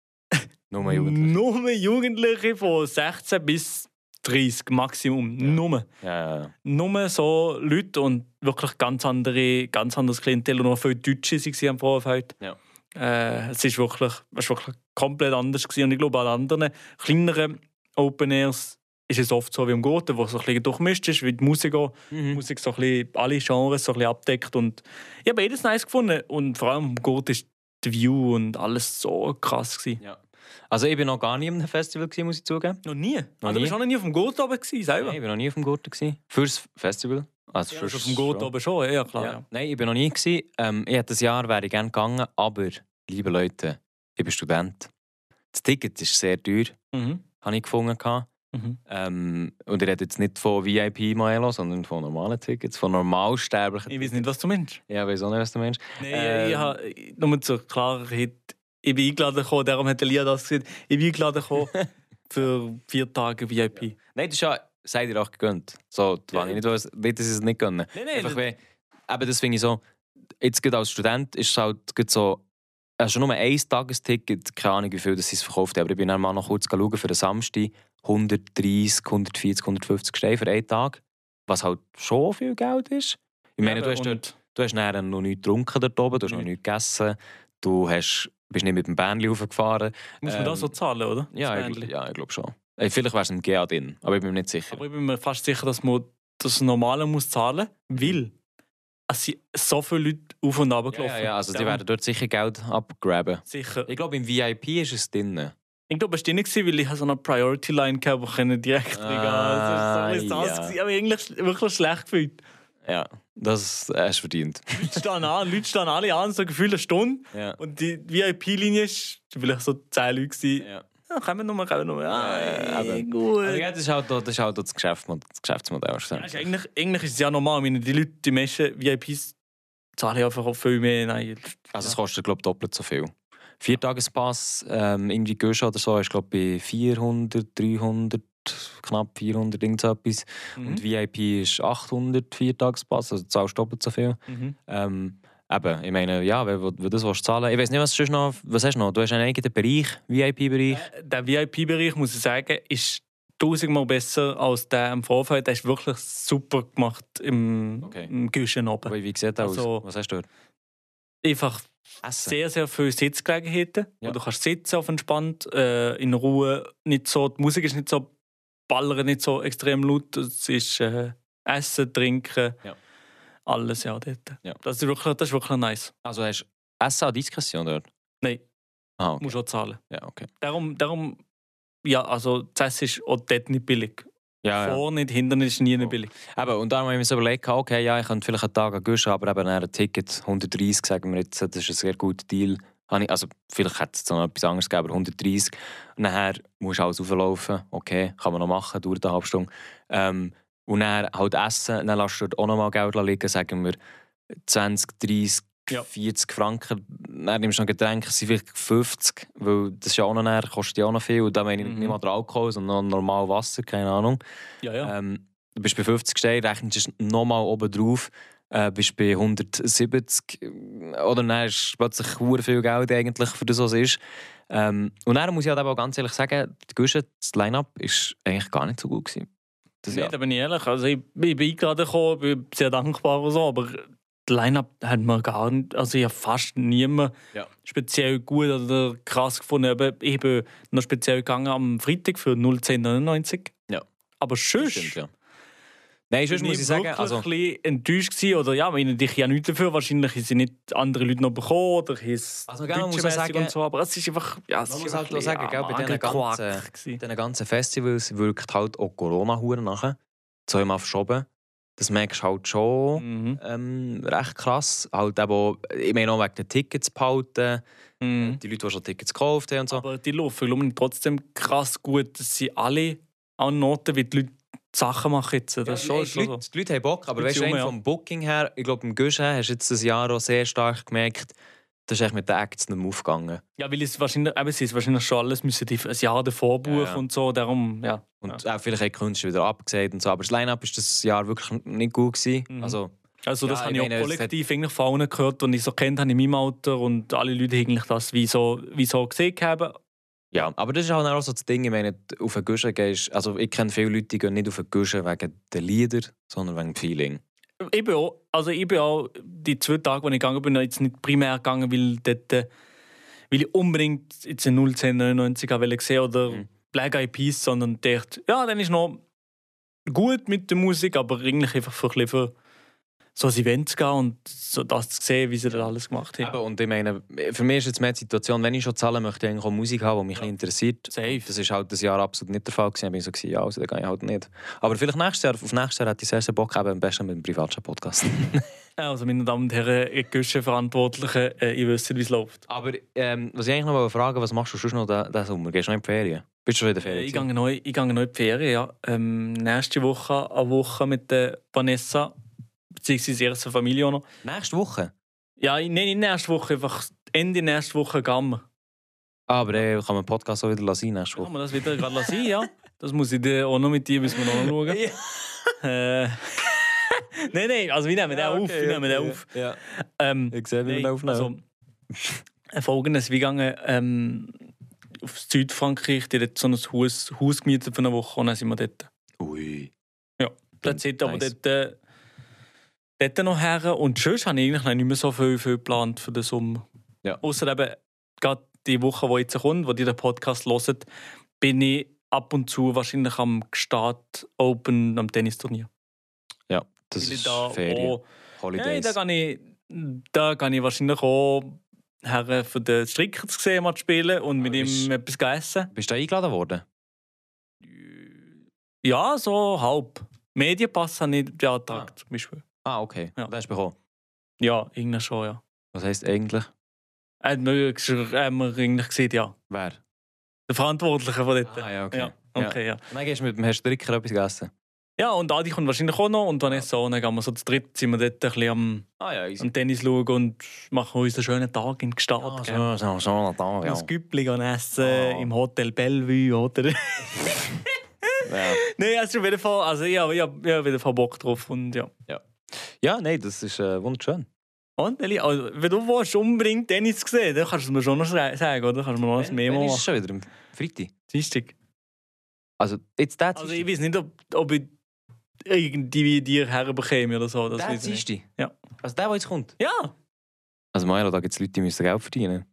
C: Nur Jugendliche.
D: nur Jugendliche von sechzehn bis dreißig Maximum.
C: Ja.
D: Nur.
C: Ja, ja, ja.
D: Nur so Leute und wirklich ganz andere, ganz anderes Klientel und noch viele Deutsche waren am Frauenfeld.
C: Ja.
D: Äh, es ist wirklich, es ist wirklich komplett anders gewesen. Und ich glaube, an anderen kleineren Open Airs ist es oft so wie im Gurten, wo es so ein bisschen durchmischt ist, wie die Musik auch.
C: Mhm.
D: Musik so ein bisschen alle Genres so ein bisschen abdeckt. Und ich habe beides nice gefunden. Und vor allem im Gurten ist die View und alles so krass gewesen.
C: Ja. Also ich war noch gar nie auf einem Festival, gewesen, muss ich zugeben.
D: Noch nie?
C: Noch
D: also,
C: nie.
D: du warst noch nie auf dem Gurten oben gewesen, selber?
C: Nein, ich war noch nie auf dem Gurten. Gewesen. Fürs Festival. Also
D: Ja,
C: fürs
D: also auf dem Gurten
C: schon.
D: oben schon, ja klar.
C: Ja.
D: Ja.
C: Nein, ich war noch nie. Gewesen. Ähm, ich hätte das Jahr wäre ich gerne gegangen, aber, liebe Leute, ich bin Student. Das Ticket ist sehr teuer,
D: Mhm.
C: habe ich gefunden.
D: Mhm.
C: Ähm, und ich rede jetzt nicht von V I P Maelo, sondern von normalen Tickets, von normalsterblichen
D: Ich weiß nicht, was du meinst.
C: Ja, ich weiß auch nicht, was du meinst.
D: Nein,
C: Ähm.
D: ich habe nur zur Klarheit, ich bin eingeladen gekommen, darum hat Elia das gesagt, ich bin eingeladen gekommen für vier Tage V I P.
C: Nein, das ist ja, sei dir auch gegönnt. So, das
D: Ja.
C: ja. ich nicht, was- nicht, dass ich es nicht gönnen.
D: Nein, nein,
C: Einfach
D: das-
C: wie, eben das finde ich so, jetzt gerade als Student ist es halt gerade so, hast du nur ein Tagesticket, keine Ahnung wie viel das sie es verkauft haben, aber ich bin dann mal noch kurz schauen für den Samstag, hundertdreissig, hundertvierzig, hundertfünfzig Steine für einen Tag, was halt schon viel Geld ist. Ich meine, du hast, dort, du hast nachher noch nichts getrunken dort oben, du hast noch
D: Nicht.
C: nichts gegessen, du hast, bist nicht mit dem Bähnchen raufgefahren.
D: Muss man das so
C: Ähm,
D: zahlen, oder?
C: Ja,
D: Das
C: ich,
D: Bändchen.
C: ja, ich glaube schon. Äh, Vielleicht wäre es ein G A drin, aber ich bin mir nicht sicher.
D: Aber ich bin mir fast sicher, dass man das Normale muss zahlen muss, weil es sind so viele Leute auf und ab
C: Ja,
D: gelaufen.
C: ja, ja, also die
D: Darum
C: werden dort sicher Geld abgraben.
D: Sicher.
C: Ich glaube, im V I P ist es drin.
D: Ich glaube, es war nicht, weil ich so eine Priority-Line hatte, wo ich direkt
C: Ah,
D: reingehen konnte. Das war so ein
C: ja.
D: das. Ich habe mich eigentlich wirklich schlecht gefühlt.
C: Ja, das hast du verdient.
D: Leute stehen an, Leute stehen alle an, so gefühlt eine Stunde.
C: Ja.
D: Und die V I P-Linie ist vielleicht so zehn Leute. gewesen.
C: Ja.
D: Ja, kommen wir nochmal, kommen wir nochmal. Ah,
C: Ja,
D: ey,
C: aber-
D: gut.
C: Aber ja, das ist halt das, ist halt das, Geschäftsmodell, das Geschäftsmodell.
D: Ja, ist eigentlich, eigentlich ist es ja normal. Ich meine, die Leute, die meisten V I Ps zahlen einfach auch viel mehr. Nein,
C: Also es kostet, glaube ich, doppelt so viel. Viertagespass, ähm, irgendwie Göscha oder so, ist, glaube ich, bei vierhundert, dreihundert, knapp vierhundert, irgend so etwas.
D: Mhm.
C: Und V I P ist achthundert Viertagespass, also du zahlst doppelt so viel.
D: Mhm.
C: Ähm, eben, ich meine, ja, wenn, wenn du das willst zahlen. Ich weiß nicht, was du sonst noch. Was hast du noch? Du hast einen eigenen Bereich, V I P-Bereich.
D: Äh, Der V I P-Bereich, muss ich sagen, ist tausendmal besser als der im Vorfeld. Der ist wirklich super gemacht im,
C: Okay.
D: im Güschen oben.
C: Aber wie sieht das
D: Also-
C: aus? Was hast du dort?
D: Einfach
C: Essen.
D: sehr, sehr viele Sitzgelegenheiten.
C: Ja.
D: Wo du kannst sitzen auf entspannt, äh, in Ruhe. Nicht so, die Musik ist nicht so ballern, nicht so extrem laut. Es ist äh, Essen, Trinken,
C: Ja.
D: alles ja dort.
C: Ja.
D: Das, ist wirklich, das ist wirklich nice.
C: Also hast du Essen an Diskretion dort?
D: Nein,
C: Ah, okay.
D: musst du auch zahlen.
C: Ja, okay.
D: Darum, darum ja, also das Essen ist auch dort nicht billig.
C: Ja, ja.
D: Vor nicht, hinten ist nie
C: Oh.
D: billig.
C: Eben, und darum habe ich mir so überlegt, okay, ja, ich könnte vielleicht einen Tag an Guschen, aber eben ein Ticket hundertdreissig, sagen wir jetzt, das ist ein sehr guter Deal. Habe ich- Also vielleicht hätte es noch etwas anderes gegeben, aber hundertdreissig. Und nachher musst du alles auflaufen, okay, kann man noch machen, dauert eine halbe Stunde. Ähm, und dann halt essen, dann lässt du dort auch noch mal Geld liegen, sagen wir zwanzig, dreissig,
D: Ja.
C: vierzig Franken. Dann nimmst du noch Getränke, das sind vielleicht fünfzig, weil das ist ja auch noch näher, kostet ja auch noch viel. Und da meine ich
D: Mhm.
C: nicht mal den Alkohol, sondern noch normal Wasser, keine Ahnung.
D: Ja, ja.
C: Ähm, du bist bei fünfzig Steinen, rechnest du nochmal oben drauf, äh, bist bei hundertsiebzig. äh, Oder dann ist plötzlich sehr viel Geld eigentlich für das, was es ist. Ähm, und dann muss ich halt aber auch ganz ehrlich sagen, die Guschen, das Line-Up ist eigentlich gar nicht so gut gewesen. Das
D: Nee,
C: Jahr.
D: da bin ich ehrlich. Also ich, ich bin eingeladen gekommen, bin sehr dankbar und so, aber das Line-Up hat man gar nicht, also ich habe fast niemanden
C: Ja.
D: speziell gut oder krass gefunden. Aber ich bin noch speziell gegangen am Freitag für null zehn neunundneunzig.
C: Ja.
D: Aber
C: Das
D: sonst
C: stimmt, ja. Nein, sonst
D: bin
C: muss ich sagen, also,
D: ein bisschen enttäuscht gewesen. Oder ja, ich meine, ich ja nichts dafür. Wahrscheinlich sind nicht andere Leute noch bekommen oder ist
C: Also, gell, man muss auch
D: budgetmäßig
C: sagen-
D: und so. Aber es ist einfach, ja, es
C: man
D: ist
C: muss
D: einfach
C: halt auch sagen, gell, bei diesen
D: Magenquark
C: ganzen,
D: gewesen.
C: diesen ganzen Festivals wirkt halt auch Corona hure nachher. Zweimal verschoben. Das merkst du halt schon
D: Mhm.
C: ähm, recht krass. Halt eben auch, ich meine auch wegen den Tickets behalten.
D: Mhm.
C: Die Leute, die schon Tickets gekauft haben und so.
D: Aber die laufen glaube ich, trotzdem krass gut. Das sind alle an Noten, wie die Leute Sachen machen jetzt. Das ist
C: Ja,
D: schon,
C: die,
D: schon
C: Leute,
D: so.
C: die Leute haben Bock, aber weißt du,
D: Beziehungen,
C: rein
D: ja.
C: vom Booking her, ich glaube, im Guschen hast du jetzt das Jahr auch sehr stark gemerkt, das ist echt mit den Acts nicht mehr aufgegangen.
D: Ja, weil es wahrscheinlich, eben, sie ist wahrscheinlich schon alles müssen die ein Jahr davor buchen
C: Ja, ja.
D: und so. Darum, ja.
C: Und
D: ja.
C: auch vielleicht hat die Künstler wieder abgesagt und so. Aber das Line-Up war das Jahr wirklich nicht gut gewesen.
D: Mhm.
C: Also,
D: Also das
C: Ja,
D: habe
C: ich
D: ich
C: meine,
D: auch
C: es
D: kollektiv eigentlich von allen gehört, die ich so kennt habe in meinem Alter und alle Leute haben eigentlich das wie so, wie so gesehen haben.
C: ja, aber das ist halt auch so das Ding, ich meine, auf den Guschen gehst, also ich kenne viele Leute, die gehen nicht auf den Guschen wegen der Lieder, sondern wegen dem Feeling.
D: Ich bin auch, also ich bin auch die zwei Tage, wo ich gegangen bin, jetzt nicht primär gegangen, weil, dort, äh, weil ich unbedingt jetzt in null zehn neunundneunzig wollte sehen oder
C: Mhm.
D: Black Eyed Peas, sondern dachte, ja, dann ist noch gut mit der Musik, aber eigentlich einfach für, ein bisschen für so ein Event zu gehen und so das zu sehen, wie sie das alles gemacht haben.
C: Eben, und ich meine, für mich ist jetzt mehr die Situation, wenn ich schon zahle, möchte ich eigentlich auch Musik haben, die mich ein bisschen interessiert.
D: Safe.
C: Das ist halt das Jahr absolut nicht der Fall gewesen. Ich bin so gewesen, ja, also, dann gehe ich halt nicht. Aber vielleicht nächstes Jahr, auf nächstes Jahr hätte ich sehr, sehr Bock, eben am besten mit dem Privatchat-Podcast.
D: Also, meine Damen und Herren, ihr Guschen-Verantwortlichen, äh, ihr wisst, wie es läuft.
C: Aber ähm, was ich eigentlich noch fragen wollte, was machst du sonst noch diesen diesen Sommer? Gehst du noch in die Ferien? Bist du schon in der
D: Äh,
C: Ferien?
D: Ich gehe neu, ich gehe neu in die Ferien, ja. Ähm, nächste Woche, eine Woche mit der Vanessa, beziehungsweise ihrer Familie auch noch.
C: Nächste Woche?
D: Ja, ich- nein, nicht nächste Woche, einfach Ende nächste Woche gehen wir.
C: Ah, aber äh, kann man den Podcast auch wieder lassen nächste
D: Kann
C: Woche?
D: man das wieder gerade lassen, ja? Das muss ich dir auch noch mit dir, müssen wir noch schauen. äh, nein, nein, also wir nehmen den auf, wir nehmen den auf.
C: Ja.
D: Ähm,
C: Ich sehe, wie wir
D: nein,
C: den aufnehmen.
D: also, äh, Folgendes, wir gingen ähm, auf Südfrankreich, die hat so ein Haus, Haus gemietet für eine Woche und dann sind wir dort.
C: Ui.
D: Dort sind aber
C: Nice.
D: dort, äh, dort noch her. Und sonst habe ich eigentlich noch nicht mehr so viel, viel geplant für den Sommer.
C: Ja.
D: Ausser eben, gerade die Woche, die jetzt kommt, wo ihr den Podcast hört, bin ich ab und zu wahrscheinlich am Gstaad Open am Tennisturnier.
C: Ja, das
D: Weil ich
C: ist
D: da
C: Ferien.
D: auch- Ja,
C: Holidays.
D: da gehe ich, da gehe ich wahrscheinlich auch her, für den Stricker zu sehen, mal zu spielen und mit
C: bist-
D: ihm etwas zu essen.
C: Bist du da eingeladen worden?
D: Ja, so halb. Medienpass habe ich beantragt, zum Beispiel.
C: Ah, okay.
D: Ja.
C: Ja. Das hast du bekommen.
D: Ja, irgendwie schon, ja.
C: Was heisst eigentlich?
D: Hat mir, gesch- hat mir eigentlich gesehen, ja.
C: Wer?
D: Der Verantwortliche von dort.
C: Ah, ja, okay.
D: Ja, okay, ja.
C: Dann gehst du mit dem Herrn Stricker etwas gegessen.
D: Ja, und Adi kommt wahrscheinlich auch noch und Vanessa auch. Dann gehen wir so zu dritt, sind wir dort ein bisschen am,
C: Ah ja, easy.
D: am Tennis schauen und machen uns einen schönen Tag in Gstaad.
C: Ah,
D: gell?
C: so, so, so, ein Tag, ja.
D: Ein Güppli gehen essen
C: Ah.
D: im Hotel Bellevue, oder?
C: ja.
D: Nein, also auf jeden Fall, also ich habe ich hab, ich hab auf jeden Fall Bock drauf und ja.
C: Ja, nein, das ist äh, wunderschön.
D: Und, Eli, also, wenn du willst, unbedingt Tennis sehen, dann kannst du es mir schon noch schre- sagen, oder? Kannst du mir noch ein Memo
C: Wann ist
D: machen.
C: es schon wieder? Am Freitag?
D: Dienstag.
C: Also, jetzt der
D: Also ich weiß nicht, ob, ob ich irgendwie dir herbekäme oder so. Das
C: Der
D: weiß ich nicht.
C: Dienstag?
D: Ja.
C: Also der, der jetzt kommt?
D: Ja.
C: Also Maelo, da gibt es Leute, die müssen Geld verdienen.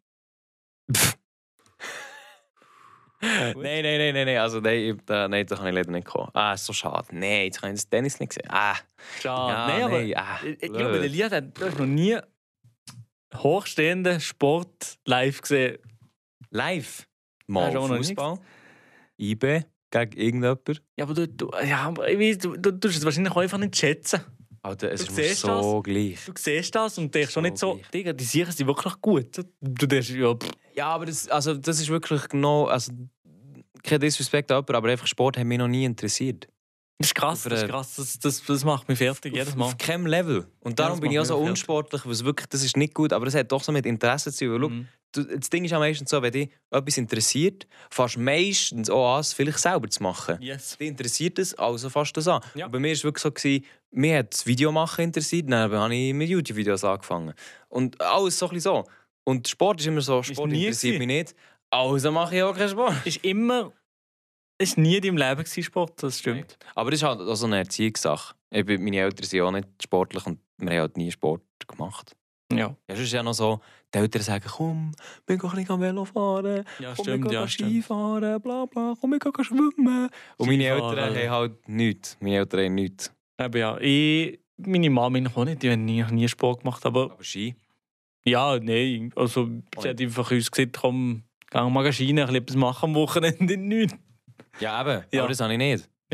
C: nein, nein, nein, nein, nein, also nein, ich, da, nein, da kann ich leider nicht kommen. Ah, ist so schade. Nein, jetzt kann ich das Tennis nicht sehen. Ah,
D: Schade.
C: ja,
D: Nein, aber
C: nein, ah,
D: ich, ich
C: blöd.
D: glaube, der Lied hat du hast noch nie hochstehenden Sport live gesehen.
C: Live.
D: Hast
C: Mal
D: du auch noch
C: Fußball. I B gegen irgendjemand.
D: Ja, aber du, du, ja, aber ich weiss, du, du, du tust es wahrscheinlich auch einfach nicht schätzen.
C: Alter, es
D: Du
C: ist mir
D: siehst
C: so gleich.
D: Du siehst das und denkst schon
C: So
D: nicht so,
C: gleich.
D: Digga, die Sicher sind wirklich gut. Du denkst, ja, pff,
C: Ja, aber das, also, das ist wirklich genau... Also, kein Disrespect an jemanden, aber einfach Sport hat mich noch nie interessiert.
D: das ist krass,
C: Auf
D: das ist
C: einer-
D: krass. Das, das, das macht mich fertig, jedes Mal.
C: Auf keinem Level. Und darum
D: das
C: bin ich auch
D: macht
C: so
D: mich auch
C: unsportlich, weil es wirklich, das ist nicht gut, aber es hat doch so mit Interesse zu tun. Weil,
D: Mhm.
C: schau, du- das Ding ist auch meistens so, wenn dich etwas interessiert, fast meistens auch an, es vielleicht selber zu machen.
D: Yes.
C: Dich interessiert es, also fast das an.
D: Ja.
C: Und bei mir war es wirklich so, gewesen, mir hat das Videomachen interessiert, dann habe ich mit YouTube-Videos angefangen. Und alles so ein bisschen so. Und Sport ist immer so, Sport
D: nie
C: interessiert
D: gewesen.
C: mich nicht, also mache ich auch keinen Sport.
D: Ist immer, ist nie in deinem Leben gewesen, Sport, das stimmt.
C: Aber das ist halt auch so eine Erziehungssache. Ich bin, meine Eltern sind auch nicht sportlich und wir haben halt nie Sport gemacht.
D: Ja,
C: Ja, sonst ist ja noch so, die Eltern sagen, komm, wir gehen ein bisschen Velo fahren,
D: ja
C: komm,
D: stimmt,
C: wir
D: ja,
C: gehen
D: stimmt.
C: Skifahren, bla bla, komm, wir gehen schwimmen. Und meine
D: Skifahren.
C: Eltern haben halt nichts. Meine Eltern haben nichts.
D: Eben, ja. Ich, meine Mama eigentlich auch nicht, die haben nie, nie Sport gemacht, aber
C: Aber Ski?
D: ja, nein, also sie hat einfach uns gesagt, komm, geh mal Schiene, ein bisschen etwas machen am Wochenende, nicht.
C: Ja, eben.
D: Ja.
C: Aber das habe ich nicht.
D: Ja, ja.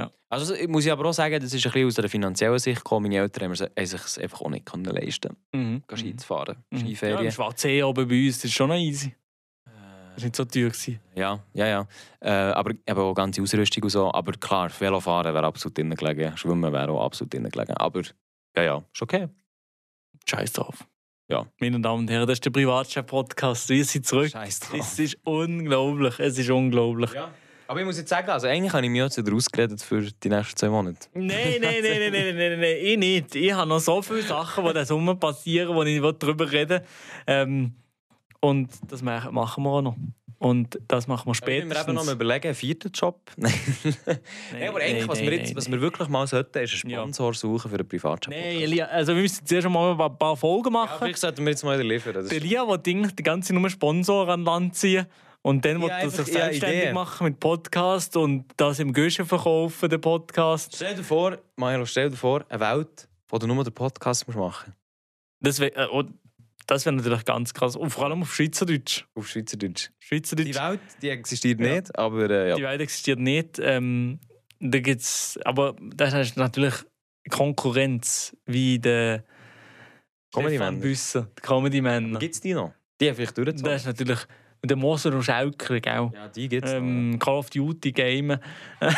D: Ja.
C: Also ich muss ich aber auch sagen, das ist ein bisschen aus einer finanziellen Sicht gekommen. Meine Eltern haben sich es einfach auch nicht können leisten
D: Mhm.
C: können, Ski zu fahren.
D: Mhm. Ja,
C: Skiferien.
D: im Schwarzsee oben bei uns, das ist schon noch easy. Das war nicht so teuer. gewesen.
C: Ja, ja, ja. Äh, aber eben auch ganze Ausrüstung und so. Aber klar, Velofahren wäre absolut drinnen gelegen. Schwimmen wäre auch absolut drinnen gelegen. Aber ja, ja, ist okay.
D: Scheiß drauf.
C: Ja.
D: Meine Damen und Herren, das ist der Privatchef-Podcast. Wir sind zurück.
C: Scheiß drauf.
D: Es ist unglaublich. Es ist unglaublich.
C: Ja. Aber ich muss jetzt sagen, also eigentlich habe ich mich jetzt wieder ausgeredet für die nächsten zwei Monate.
D: Nein, nein, nein, nein, nein, nein, nein, ich nicht. Ich habe noch so viele Sachen, die diesen Sommer passieren, wo ich darüber reden will. Ähm, und das machen wir auch noch. Und das machen wir
C: Ich
D: später.
C: mir eben noch mal überlegen, einen vierten Job. Nein, Nein, aber eigentlich,
D: nein,
C: was, wir
D: nein,
C: jetzt,
D: nein,
C: was wir wirklich mal sollten, ist einen
D: Ja.
C: Sponsor suchen für einen Privatjob.
D: Nein, Elia, also wir müssen zuerst mal ein paar Folgen
C: Ja,
D: machen.
C: vielleicht sollten wir jetzt mal wieder liefern. Das
D: Der
C: ist
D: Elia will eigentlich die ganze Nummer Sponsor an Land ziehen. Und dann
C: Ja,
D: will er
C: einfach-
D: sich
C: ja,
D: selbstständig
C: Idee.
D: machen mit Podcast und das im Göschen verkaufen, den Podcast.
C: Stell dir vor, Milo, stell dir vor, eine Welt, wo du nur den Podcast musst machen
D: Das wäre äh, oh, das wär natürlich ganz krass. Und vor allem auf Schweizerdeutsch.
C: auf Schweizerdeutsch.
D: Schweizerdeutsch.
C: Die Welt, die existiert
D: Ja.
C: nicht, aber äh, ja.
D: Die Welt existiert nicht. Ähm, da gibt's, aber das ist natürlich Konkurrenz, wie der
C: Comedy-Männer.
D: Stefan Büsser, die Comedy-Männer.
C: Gibt es die noch? Die haben vielleicht durchgezogen.
D: Das ist natürlich der Moser und Schelker, gell?
C: Ja, die gibt es
D: Ähm, Call of Duty Game.
C: noch.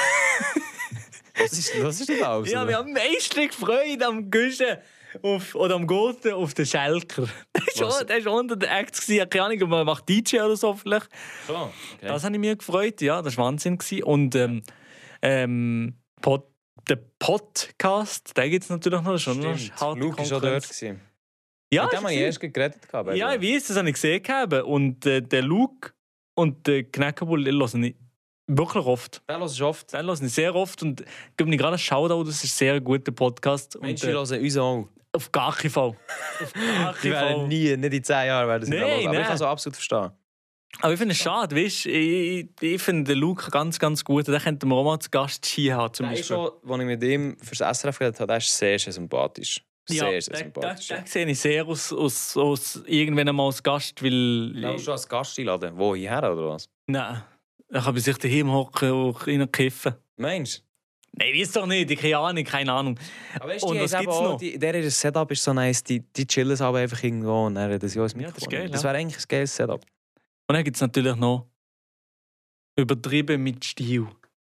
C: Was ist, was ist das alles?
D: Ja, wir haben am meisten gefreut am Güschen auf, oder am Gurten auf den Schelker. Das war
C: Was?
D: schon, das war unter den Acts. gewesen. Keine Ahnung, ob man macht D J oder so vielleicht.
C: So, okay.
D: Das habe ich mir gefreut, ja, das war Wahnsinn. gewesen. Und ähm, ähm, Pod, der Podcast, den gibt es natürlich noch. Das ist schon noch
C: Stimmt.
D: harte
C: Luke war schon dort.
D: Konkurrenz.
C: Gewesen.
D: Ja,
C: Mit
D: ist
C: dem habe ich
D: gewesen.
C: erst geredet. gehabt, bei
D: Ja,
C: dir.
D: ich weiß, das habe ich gesehen. gehabt. Und äh, der Luke und der Knackerbull hören ich wirklich oft.
C: Den hörst du oft.
D: Den hören ich sehr oft und gebe mir gerade einen Shoutout, das ist ein sehr guter Podcast. Und,
C: Menschen
D: äh,
C: hören uns auch.
D: auf gar keinen Fall. Auf gar
C: Die
D: keinen
C: werden
D: Fall.
C: nie, nicht in zehn Jahren werden sie
D: Nein,
C: mehr hören. Aber ich
D: nein.
C: kann es auch absolut verstehen.
D: Aber ich finde es schade, weißt du? Ich, ich finde den Luke ganz, ganz gut. Den könnten wir auch mal zu Gast hier haben. Zum
C: Der ist
D: Beispiel.
C: schon, als ich mit ihm fürs S R F geredet habe, der ist sehr, sehr sympathisch. Sehr,
D: Ja,
C: sehr
D: den, den,
C: sympathisch.
D: den sehe ich sehr aus, aus, aus irgendwann einmal als Gast, weil...
C: Ja, schon als Gast einladen. Wo, hierher oder was?
D: Nein, da kann man sich daheim hocken und reinkiffen.
C: Meinst du?
D: Nein, weiß doch nicht. Ich keine Ahnung, keine Ahnung.
C: Aber weißt,
D: Und
C: die
D: was
C: haben
D: gibt's
C: auch,
D: noch?
C: die, der ihr Setup ist so nice, die, die chillen aber einfach irgendwo und dann reden sie auch ins
D: Ja, das ist
C: Mikrofon.
D: geil,
C: Das
D: ja.
C: wäre eigentlich ein geiles Setup.
D: Und dann gibt es natürlich noch «Übertrieben mit Stil».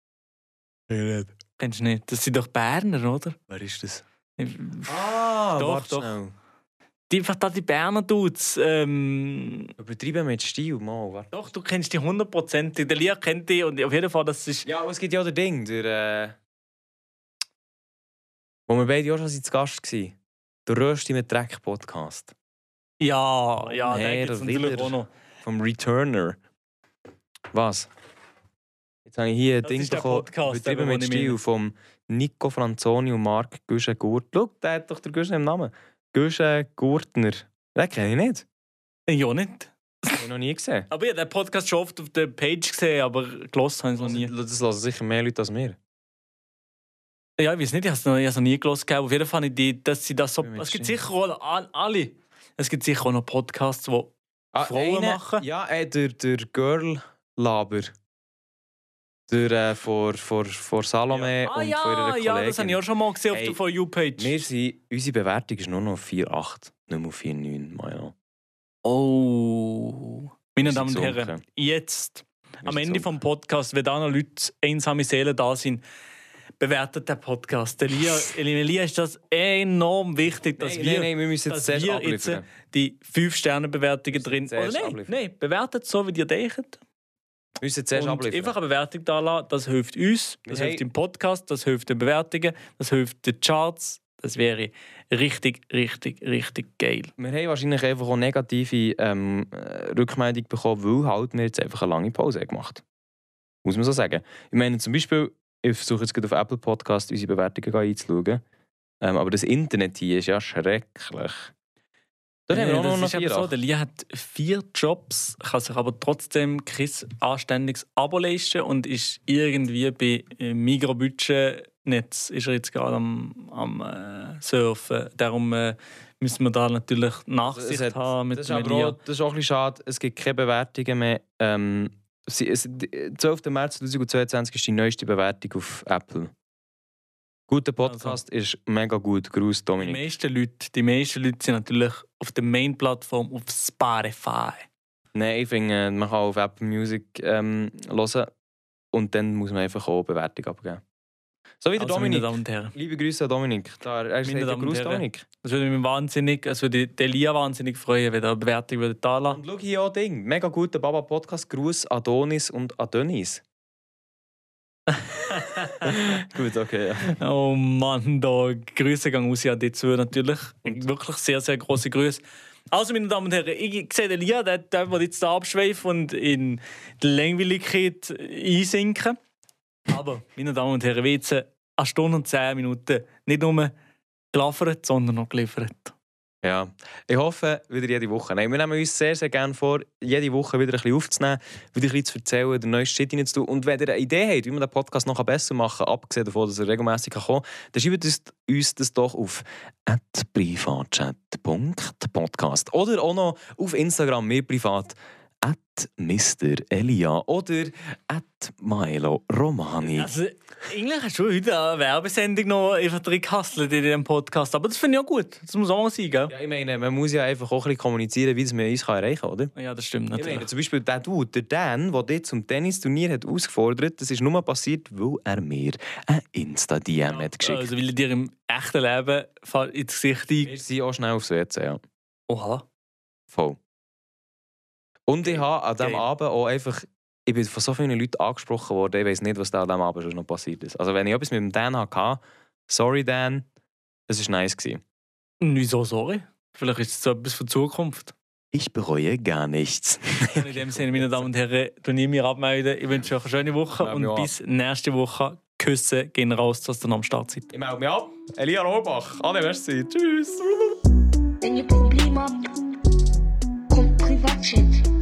D: Kennst du nicht? Das sind doch Berner, oder?
C: Wer ist das?
D: Ah, doch,
C: warte
D: doch.
C: schnell.
D: Die, einfach da die Berner Dudes. Ähm,
C: Übertrieben mit Stil, mal. Warte.
D: doch, du kennst die hundertprozentig. Der Lia kennt die und auf jeden Fall, das ist...
C: Ja, aber es gibt ja auch das Ding, der, äh, wo wir beide auch schon zu Gast waren. Der Rösti mit Dreck Podcast.
D: Ja, ja,
C: Herr
D: der gibt es natürlich
C: Willer.
D: auch noch.
C: Vom Returner. Was? Jetzt habe ich hier ein
D: Das
C: Ding
D: ist der
C: bekommen,
D: Podcast,
C: Übertrieben
D: eben,
C: mit
D: den ich
C: Stil
D: meine.
C: vom Nico Franzoni und Marc Güschen-Gurt. Schau, der hat doch der Güschen im Namen. Güschen-Gurtner. Den kenne ich nicht.
D: Ja, nicht.
C: Den habe ich noch nie gesehen.
D: Aber ich habe den Podcast schon oft auf der Page gesehen, aber gelost habe ich es noch nie.
C: Das hören sicher mehr Leute als wir.
D: Ja, ich weiß nicht, ich habe es noch, ich habe es noch nie gelost gehabt. Auf jeden Fall habe ich die, dass sie das so...
C: Bin mir
D: Es gibt
C: sicher.
D: sicher auch an- alle. Es gibt sicher auch noch Podcasts, die
C: Ah,
D: Frauen
C: eine-
D: machen.
C: Ja, äh, der, der Girl-Laber. Der äh, vor, vor, vor Salome
D: Ah
C: und
D: ja,
C: von ihrer Kollegin.
D: ja, das habe ich auch schon mal gesehen
C: Hey,
D: auf der For You-Page.
C: Wir sind, unsere Bewertung ist nur noch vier Komma acht, nicht mehr vier Komma neun. Milo.
D: Oh. Meine
C: Wir
D: Damen und
C: sind
D: Herren,
C: gesunken.
D: jetzt,
C: Wir
D: am
C: sind
D: Ende
C: gesunken.
D: vom Podcast, wenn da noch Leute, einsame Seelen da sind, bewertet den Podcast. Elia, Elia ist das enorm wichtig, dass
C: Nein,
D: wir,
C: nein, nein, wir müssen jetzt
D: dass
C: zuerst
D: wir jetzt
C: abliefern.
D: die fünf Sterne Bewertungen
C: müssen
D: drin.
C: jetzt zuerst
D: Oder nein,
C: abliefern.
D: nein, bewertet so, wie ihr denkt.
C: Wir müssen zuerst
D: Und
C: abliefern.
D: einfach eine Bewertung da lassen, das hilft uns, das
C: Wir
D: hilft
C: haben-
D: im Podcast, das hilft den Bewertungen, das hilft den Charts. Das wäre richtig, richtig, richtig geil.
C: Wir haben wahrscheinlich einfach auch negative ähm, äh, Rückmeldung bekommen, weil halt wir jetzt einfach eine lange Pause haben gemacht. Muss man so sagen. Ich meine zum Beispiel, ich versuche jetzt gerade auf Apple Podcast unsere Bewertungen einzuschauen. Ähm, aber das Internet hier ist ja schrecklich. Da haben wir auch
D: das
C: noch
D: ist eben
C: vier.
D: so, der Lia hat vier Jobs, kann sich aber trotzdem kein anständiges Abo leisten und ist irgendwie bei äh, Migrobudget-Netz ist er jetzt gerade am, am äh, Surfen. Darum äh, müssen wir da natürlich Nachsicht
C: Es hat-
D: haben mit
C: das, ist
D: dem
C: aber
D: Lia.
C: auch, das ist auch ein bisschen schade. Es gibt keine Bewertungen mehr. Ähm, sie, es, zwölften März zweitausendzweiundzwanzig ist die neueste Bewertung auf Apple. Guter Podcast ist mega gut. Gruß,
D: Die
C: Dominik.
D: meisten Leute, die meisten Leute sind natürlich auf der Main-Plattform auf Spotify.
C: Nein, ich finde, man kann auf Apple Music ähm, hören und dann muss man einfach auch Bewertung abgeben. So wie der
D: Also,
C: Dominik.
D: meine Damen und Herren.
C: Liebe Grüße an Dominik. Da, er sagt
D: Meine
C: ja
D: Damen und
C: Gruß,
D: Herren.
C: Dominik.
D: Das würde mich wahnsinnig, es würde den Elia wahnsinnig freuen, wenn er eine Bewertung würde da lassen.
C: Und schau hier auch Ding. Mega guter Baba-Podcast. Gruß Adonis und Adonis. Gut, okay. Ja.
D: Oh Mann, da Grüße gehen raus an die zwei natürlich. Wirklich sehr, sehr große Grüße. Also, meine Damen und Herren, ich sehe den Elia, der, der will jetzt da abschweifen und in die Langweiligkeit einsinken. Aber, meine Damen und Herren, wie jetzt eine Stunde und zehn Minuten nicht nur geliefert, sondern noch geliefert.
C: Ja, ich hoffe, wieder jede Woche. Nein, wir nehmen uns sehr, sehr gerne vor, jede Woche wieder ein bisschen aufzunehmen, wieder ein bisschen zu erzählen, den neuesten Shit reinzutun. Und wenn ihr eine Idee habt, wie man den Podcast noch besser machen kann, abgesehen davon, dass er regelmäßig kommen kann, dann schreibt uns, uns das doch auf at privatchat punkt podcast oder auch noch auf Instagram, mir privat, at Mister Elia oder at Milo Romani.
D: Also, eigentlich hast du heute eine Werbesendung noch einfach drin gehustelt in diesem Podcast. Aber das finde ich auch gut. Das muss auch mal sein, gell?
C: Ja, ich meine, man muss ja einfach auch ein bisschen kommunizieren, wie das man uns erreichen kann, oder?
D: Ja, das stimmt
C: Ich
D: natürlich.
C: meine, zum Beispiel der Dude, der Dan, der dich zum Tennisturnier hat ausgefordert hat, das ist nur passiert, weil er mir ein Insta-D M hat geschickt.
D: Also, weil er dir im echten Leben ins Gesicht ein...
C: Wir sind auch schnell aufs W C, ja.
D: Oha.
C: Voll. Und ich habe an diesem
D: Geil.
C: Abend auch einfach... Ich bin von so vielen Leuten angesprochen worden, ich weiß nicht, was da an diesem Abend schon noch passiert ist. Also wenn ich etwas mit dem Dan hatte, sorry Dan, es war nice gewesen.
D: Wieso, sorry? Vielleicht ist es so etwas für die Zukunft.
C: Ich bereue gar nichts.
D: Und in dem Sinne, meine Damen und Herren, du nie mir abmelden. Ich wünsche euch eine schöne Woche
C: Ja,
D: und
C: mir auch.
D: bis nächste Woche. Küsse gehen raus, dass ihr noch am Start seid.
C: Ich melde mich ab. Elia Rohrbach. Alle, merci. Tschüss.
B: Wenn ihr Probleme habt, kommt Privatchat.